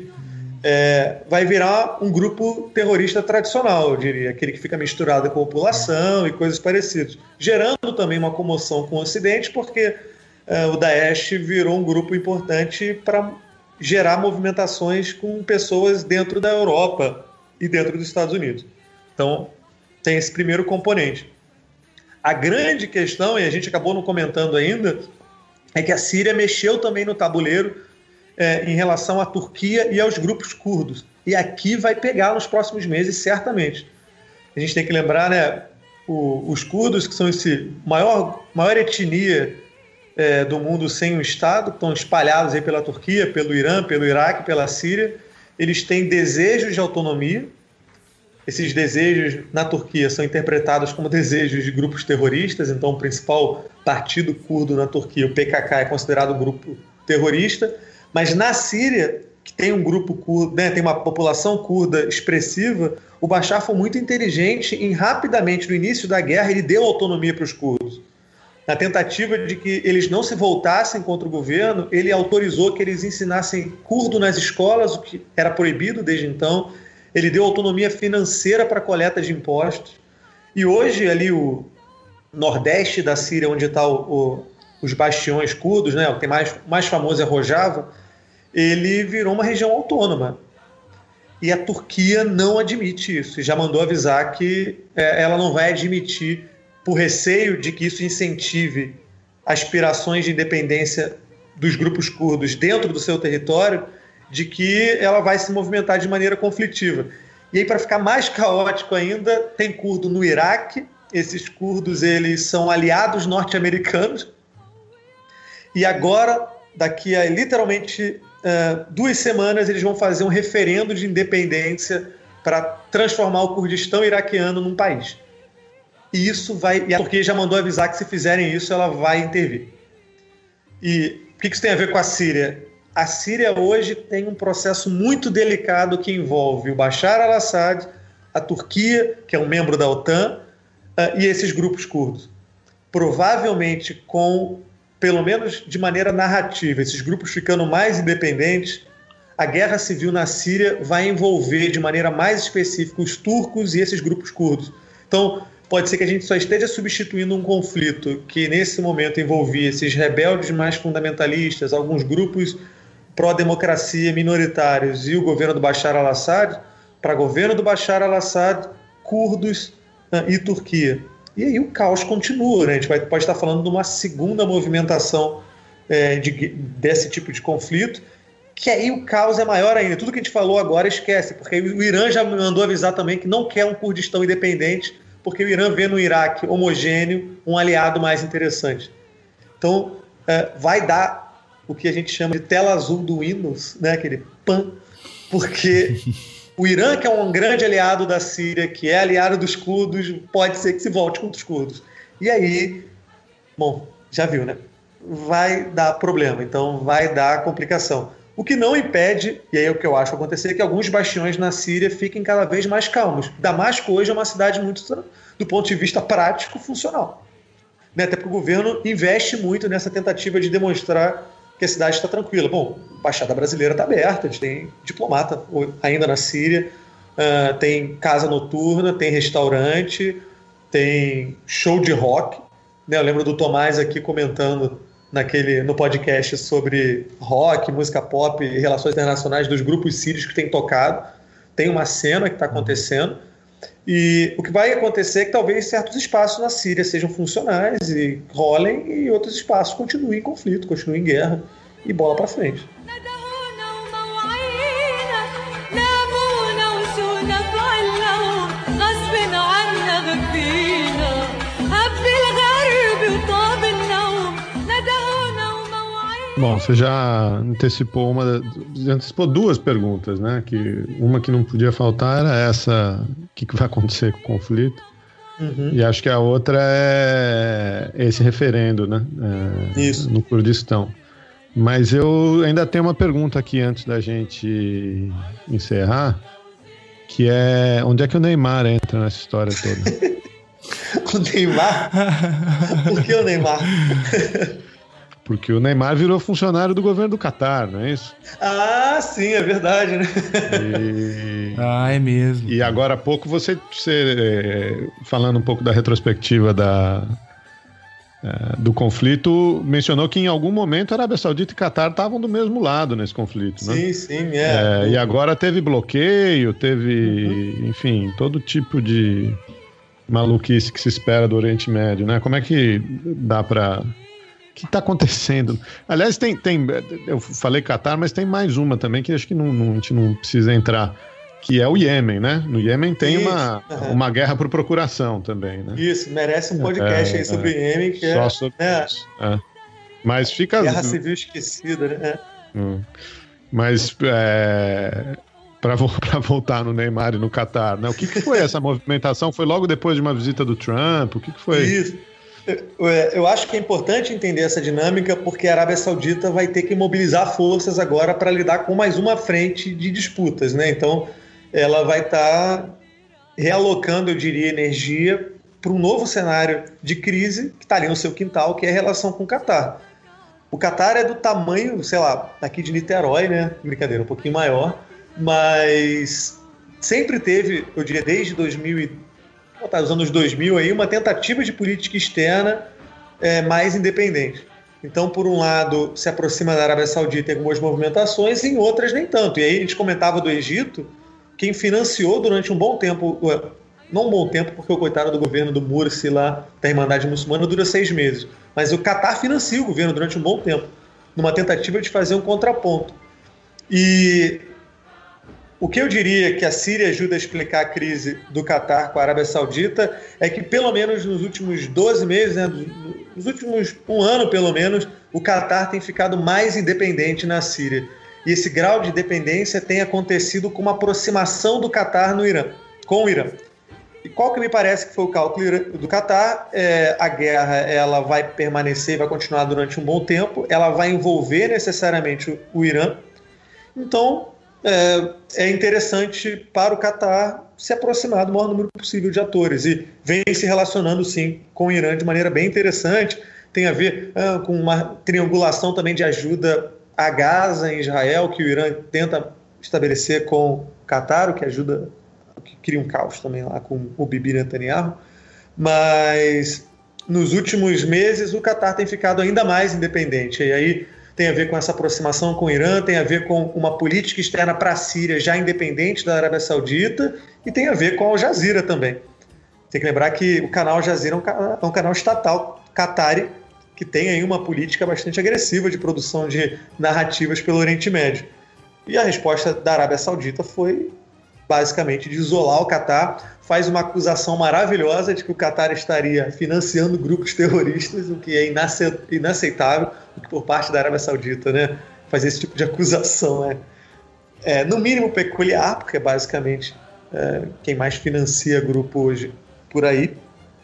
Vai virar um grupo terrorista tradicional, eu diria, aquele que fica misturado com a população e coisas parecidas, gerando também uma comoção com o Ocidente, porque o Daesh virou um grupo importante para gerar movimentações com pessoas dentro da Europa e dentro dos Estados Unidos. Então, tem esse primeiro componente. A grande questão, e a gente acabou não comentando ainda, é que a Síria mexeu também no tabuleiro em relação à Turquia e aos grupos curdos. E aqui vai pegar nos próximos meses, certamente. A gente tem que lembrar, né, os curdos, que são esse maior etnia do mundo sem um Estado, que estão espalhados aí pela Turquia, pelo Irã, pelo Iraque, pela Síria. Eles têm desejos de autonomia. Esses desejos na Turquia são interpretados como desejos de grupos terroristas, então o principal partido curdo na Turquia, o PKK, é considerado um grupo terrorista, mas na Síria, que tem um grupo curdo, né, tem uma população curda expressiva, o Bashar foi muito inteligente em rapidamente, no início da guerra, ele deu autonomia para os curdos. Na tentativa de que eles não se voltassem contra o governo, ele autorizou que eles ensinassem curdo nas escolas, o que era proibido desde então. Ele deu autonomia financeira para a coleta de impostos. E hoje, ali, o nordeste da Síria, onde estão os bastiões curdos, né, o que mais famoso é Rojava, ele virou uma região autônoma. E a Turquia não admite isso. E já mandou avisar que ela não vai admitir, por receio de que isso incentive aspirações de independência dos grupos curdos dentro do seu território, de que ela vai se movimentar de maneira conflitiva. E aí, para ficar mais caótico ainda, tem curdo no Iraque. Esses curdos, eles são aliados norte-americanos. E agora, daqui a literalmente 2 semanas, eles vão fazer um referendo de independência para transformar o Kurdistão iraquiano num país. E a Turquia já mandou avisar que, se fizerem isso, ela vai intervir. E o que isso tem a ver com a Síria? A Síria hoje tem um processo muito delicado que envolve o Bashar al-Assad, a Turquia, que é um membro da OTAN, e esses grupos curdos. Provavelmente, pelo menos de maneira narrativa, esses grupos ficando mais independentes, a guerra civil na Síria vai envolver de maneira mais específica os turcos e esses grupos curdos. Então, pode ser que a gente só esteja substituindo um conflito que nesse momento envolvia esses rebeldes mais fundamentalistas, alguns grupos pró-democracia minoritários e o governo do Bashar al-Assad, para governo do Bashar al-Assad, curdos e Turquia. E aí o caos continua, né? A gente pode estar falando de uma segunda movimentação desse tipo de conflito, que aí o caos é maior ainda. Tudo que a gente falou agora esquece, porque o Irã já mandou avisar também que não quer um Kurdistão independente, porque o Irã vê no Iraque homogêneo um aliado mais interessante. Então, vai dar o que a gente chama de tela azul do Windows, né? Aquele PAN, porque o Irã, que é um grande aliado da Síria, que é aliado dos curdos, pode ser que se volte contra os curdos. E aí, bom, já viu, né? Vai dar problema, então vai dar complicação. O que não impede, e aí é o que eu acho acontecer, que alguns bastiões na Síria fiquem cada vez mais calmos. Damasco hoje é uma cidade muito, do ponto de vista prático, funcional. Né? Até porque o governo investe muito nessa tentativa de demonstrar que a cidade está tranquila. Bom, a Embaixada Brasileira está aberta, a gente tem diplomata ainda na Síria, tem casa noturna, tem restaurante, tem show de rock. Né? Eu lembro do Tomás aqui comentando no podcast sobre rock, música pop e relações internacionais dos grupos sírios que têm tocado. Tem uma cena que está acontecendo. E o que vai acontecer é que talvez certos espaços na Síria sejam funcionais e rolem e outros espaços continuem em conflito, continuem em guerra e bola para frente. Bom, você já antecipou duas perguntas, né? Que uma que não podia faltar era essa: o que vai acontecer com o conflito? Uhum. E acho que a outra é esse referendo, né? Isso. No Kurdistão. Mas eu ainda tenho uma pergunta aqui antes da gente encerrar, que é: onde é que o Neymar entra nessa história toda? O Neymar? Por que o Neymar? Porque o Neymar virou funcionário do governo do Catar, não é isso? Ah, sim, é verdade, né? É mesmo. E agora há pouco você falando um pouco da retrospectiva do conflito, mencionou que em algum momento a Arábia Saudita e Catar estavam do mesmo lado nesse conflito, né? Sim, sim, E agora teve bloqueio, enfim, todo tipo de maluquice que se espera do Oriente Médio, né? Como é que dá para... O que está acontecendo? Aliás, eu falei Catar, mas tem mais uma também que acho que a gente não precisa entrar, que é o Iêmen, né? No Iêmen tem uma guerra por procuração também, né? Isso, merece um podcast aí sobre o Iêmen, que só sobre isso. Mas fica... Guerra civil esquecida, né? Mas para voltar no Neymar e no Catar, né? O que foi essa movimentação? Foi logo depois de uma visita do Trump? O que foi? Isso. Eu acho que é importante entender essa dinâmica, porque a Arábia Saudita vai ter que mobilizar forças agora para lidar com mais uma frente de disputas, né? Então, ela vai estar realocando, eu diria, energia para um novo cenário de crise que está ali no seu quintal, que é a relação com o Catar. O Catar é do tamanho, sei lá, aqui de Niterói, né? Brincadeira, um pouquinho maior, mas sempre teve, eu diria, desde 2000 os anos 2000 aí, uma tentativa de política externa mais independente. Então, por um lado, se aproxima da Arábia Saudita em algumas movimentações, e em outras nem tanto. E aí a gente comentava do Egito, quem financiou durante um bom tempo, não um bom tempo, porque o coitado do governo do Mursi lá, da Irmandade Muçulmana, dura 6 meses. Mas o Catar financia o governo durante um bom tempo, numa tentativa de fazer um contraponto. E o que eu diria que a Síria ajuda a explicar a crise do Catar com a Arábia Saudita é que, pelo menos nos últimos 12 meses, né, nos últimos um ano pelo menos, o Catar tem ficado mais independente na Síria. E esse grau de dependência tem acontecido com uma aproximação do Catar com o Irã. E qual que me parece que foi o cálculo do Catar? A guerra ela vai permanecer, vai continuar durante um bom tempo, ela vai envolver necessariamente o Irã. Então, é interessante para o Catar se aproximar do maior número possível de atores e vem se relacionando, sim, com o Irã de maneira bem interessante. Tem a ver com uma triangulação também de ajuda a Gaza, em Israel, que o Irã tenta estabelecer com o Catar, o que cria um caos também lá com o Bibi Netanyahu. mas nos últimos meses o Catar tem ficado ainda mais independente. E aí tem a ver com essa aproximação com o Irã, tem a ver com uma política externa para a Síria já independente da Arábia Saudita e tem a ver com a Al Jazeera também. Tem que lembrar que o canal Al Jazeera é um canal estatal qatari que tem aí uma política bastante agressiva de produção de narrativas pelo Oriente Médio. E a resposta da Arábia Saudita foi basicamente de isolar o Catar, faz uma acusação maravilhosa de que o Catar estaria financiando grupos terroristas, o que é inaceitável por parte da Arábia Saudita, né? Fazer esse tipo de acusação é no mínimo peculiar, porque é basicamente quem mais financia grupo hoje por aí.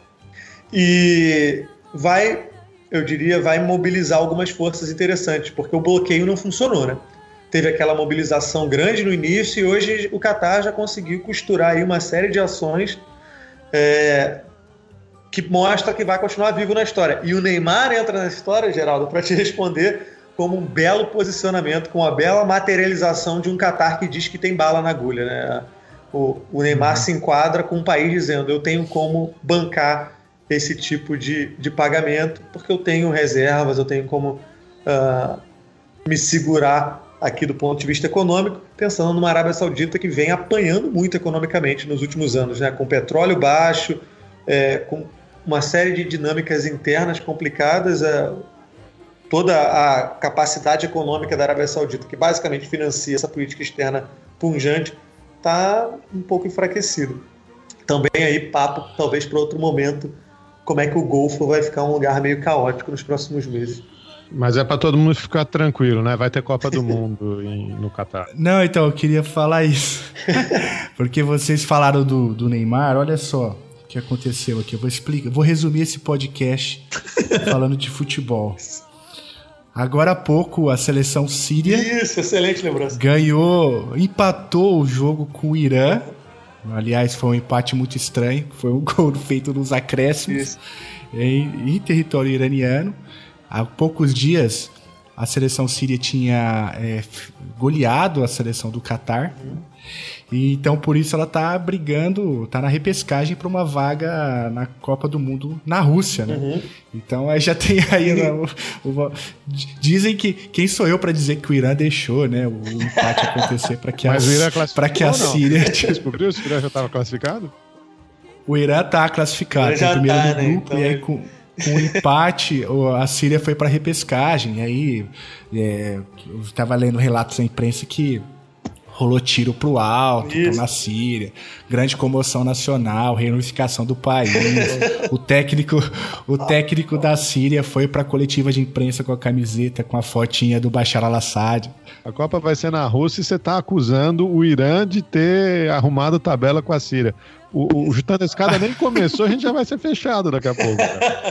E vai mobilizar algumas forças interessantes, porque o bloqueio não funcionou, né? Teve aquela mobilização grande no início e hoje o Catar já conseguiu costurar aí uma série de ações que mostra que vai continuar vivo na história. E o Neymar entra nessa história, Geraldo, para te responder como um belo posicionamento, com uma bela materialização de um Catar que diz que tem bala na agulha, né? O Neymar se enquadra com um país dizendo: eu tenho como bancar esse tipo de pagamento porque eu tenho reservas, eu tenho como me segurar aqui do ponto de vista econômico, pensando numa Arábia Saudita que vem apanhando muito economicamente nos últimos anos, né? Com petróleo baixo, com uma série de dinâmicas internas complicadas, toda a capacidade econômica da Arábia Saudita, que basicamente financia essa política externa punjante, está um pouco enfraquecido. Também aí papo, talvez para outro momento, como é que o Golfo vai ficar um lugar meio caótico nos próximos meses. Mas é para todo mundo ficar tranquilo, né? Vai ter Copa do Mundo no Catar. Não, então, eu queria falar isso. Porque vocês falaram do Neymar, olha só o que aconteceu aqui. Eu vou resumir esse podcast falando de futebol. Agora há pouco, a seleção síria... Isso, excelente lembrança. Empatou o jogo com o Irã. Aliás, foi um empate muito estranho. Foi um gol feito nos acréscimos em território iraniano. Há poucos dias, a seleção síria tinha goleado a seleção do Catar. E então, por isso, ela está brigando, está na repescagem para uma vaga na Copa do Mundo na Rússia, né? Então, aí já tem aí... Dizem que... Quem sou eu para dizer que o Irã deixou, né, o empate acontecer para que a Síria... Você descobriu se o Irã já estava classificado? O Irã está classificado, tem o primeiro do grupo, e aí com o empate, a Síria foi para repescagem. E aí, eu estava lendo relatos na imprensa que rolou tiro pro alto, então, na Síria, grande comoção nacional, reunificação do país. O técnico da Síria foi para a coletiva de imprensa com a camiseta, com a fotinha do Bashar al-Assad. A Copa vai ser na Rússia e você está acusando o Irã de ter arrumado tabela com a Síria. O Chutando a Escada nem começou, a gente já vai ser fechado daqui a pouco.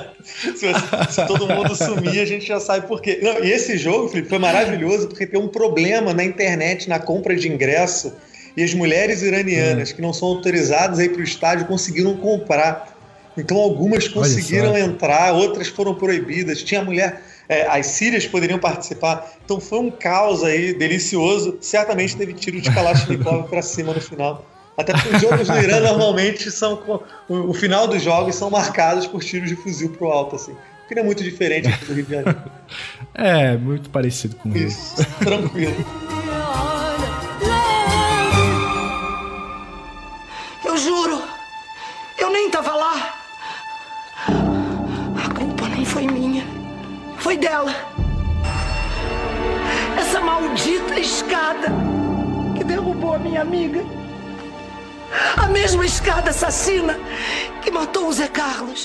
Se todo mundo sumir, a gente já sabe por quê. Não, e esse jogo, Felipe, foi maravilhoso porque tem um problema na internet, na compra de ingresso, e as mulheres iranianas que não são autorizadas a ir para o estádio conseguiram comprar. Então algumas conseguiram entrar, outras foram proibidas. Tinha mulher... as sírias poderiam participar. Então foi um caos aí delicioso. Certamente teve tiro de Kalashnikov para cima no final. Até porque os jogos do Irã normalmente são... O final dos jogos são marcados por tiros de fuzil pro alto, assim. Que não é muito diferente aqui do Rio de Janeiro. É, muito parecido com isso. Tranquilo. Eu juro, eu nem tava lá. A culpa não foi minha, foi dela. Essa maldita escada que derrubou a minha amiga. A mesma escada assassina que matou o Zé Carlos.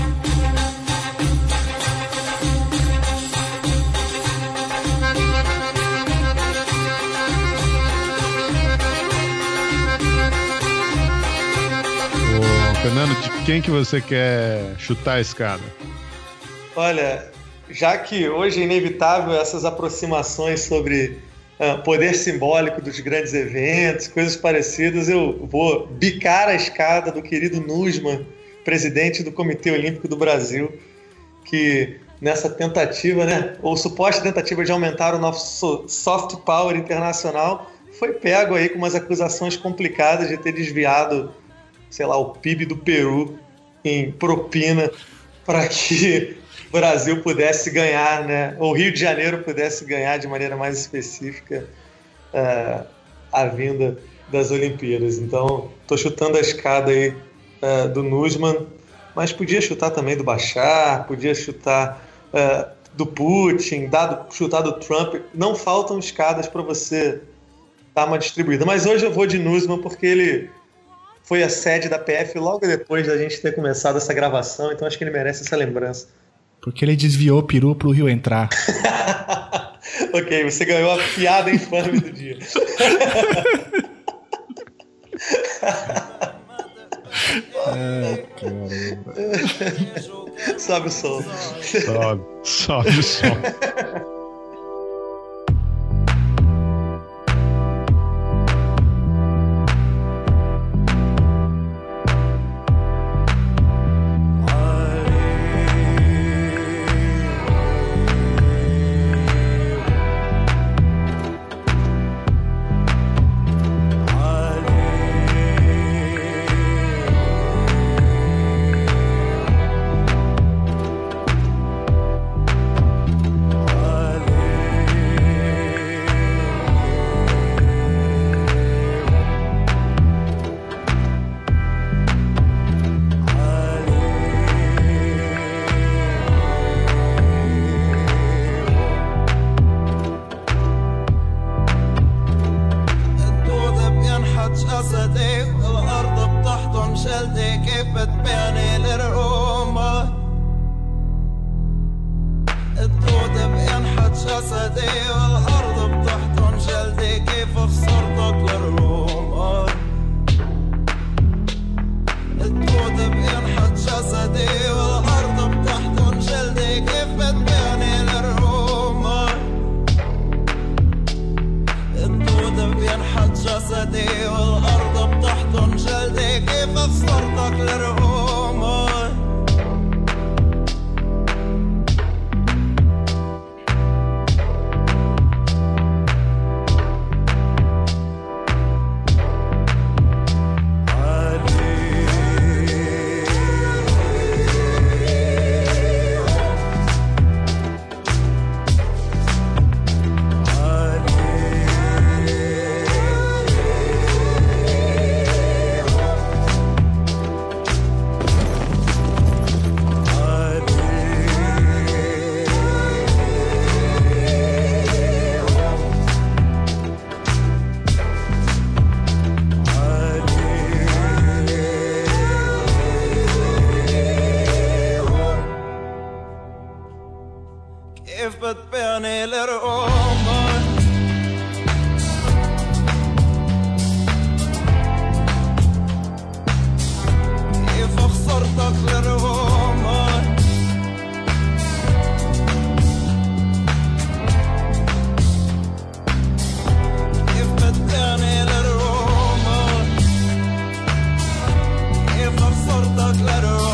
Fernando, de quem que você quer chutar a escada? Olha, já que hoje é inevitável essas aproximações sobre poder simbólico dos grandes eventos, coisas parecidas, eu vou bicar a escada do querido Nussmann, presidente do Comitê Olímpico do Brasil, que nessa tentativa, né, ou suposta tentativa de aumentar o nosso soft power internacional, foi pego aí com umas acusações complicadas de ter desviado, sei lá, o PIB do Peru em propina para que o Brasil pudesse ganhar, né? Ou o Rio de Janeiro pudesse ganhar de maneira mais específica a vinda das Olimpíadas. Então, estou chutando a escada aí do Nussmann, mas podia chutar também do Bashar, podia chutar do Putin, chutar do Trump. Não faltam escadas para você dar uma distribuída. Mas hoje eu vou de Nussmann porque ele foi a sede da PF logo depois da gente ter começado essa gravação, então acho que ele merece essa lembrança. Porque ele desviou o peru pro Rio entrar. Ok, você ganhou a piada infame do dia. Sobe o som. Sobe o som. Letter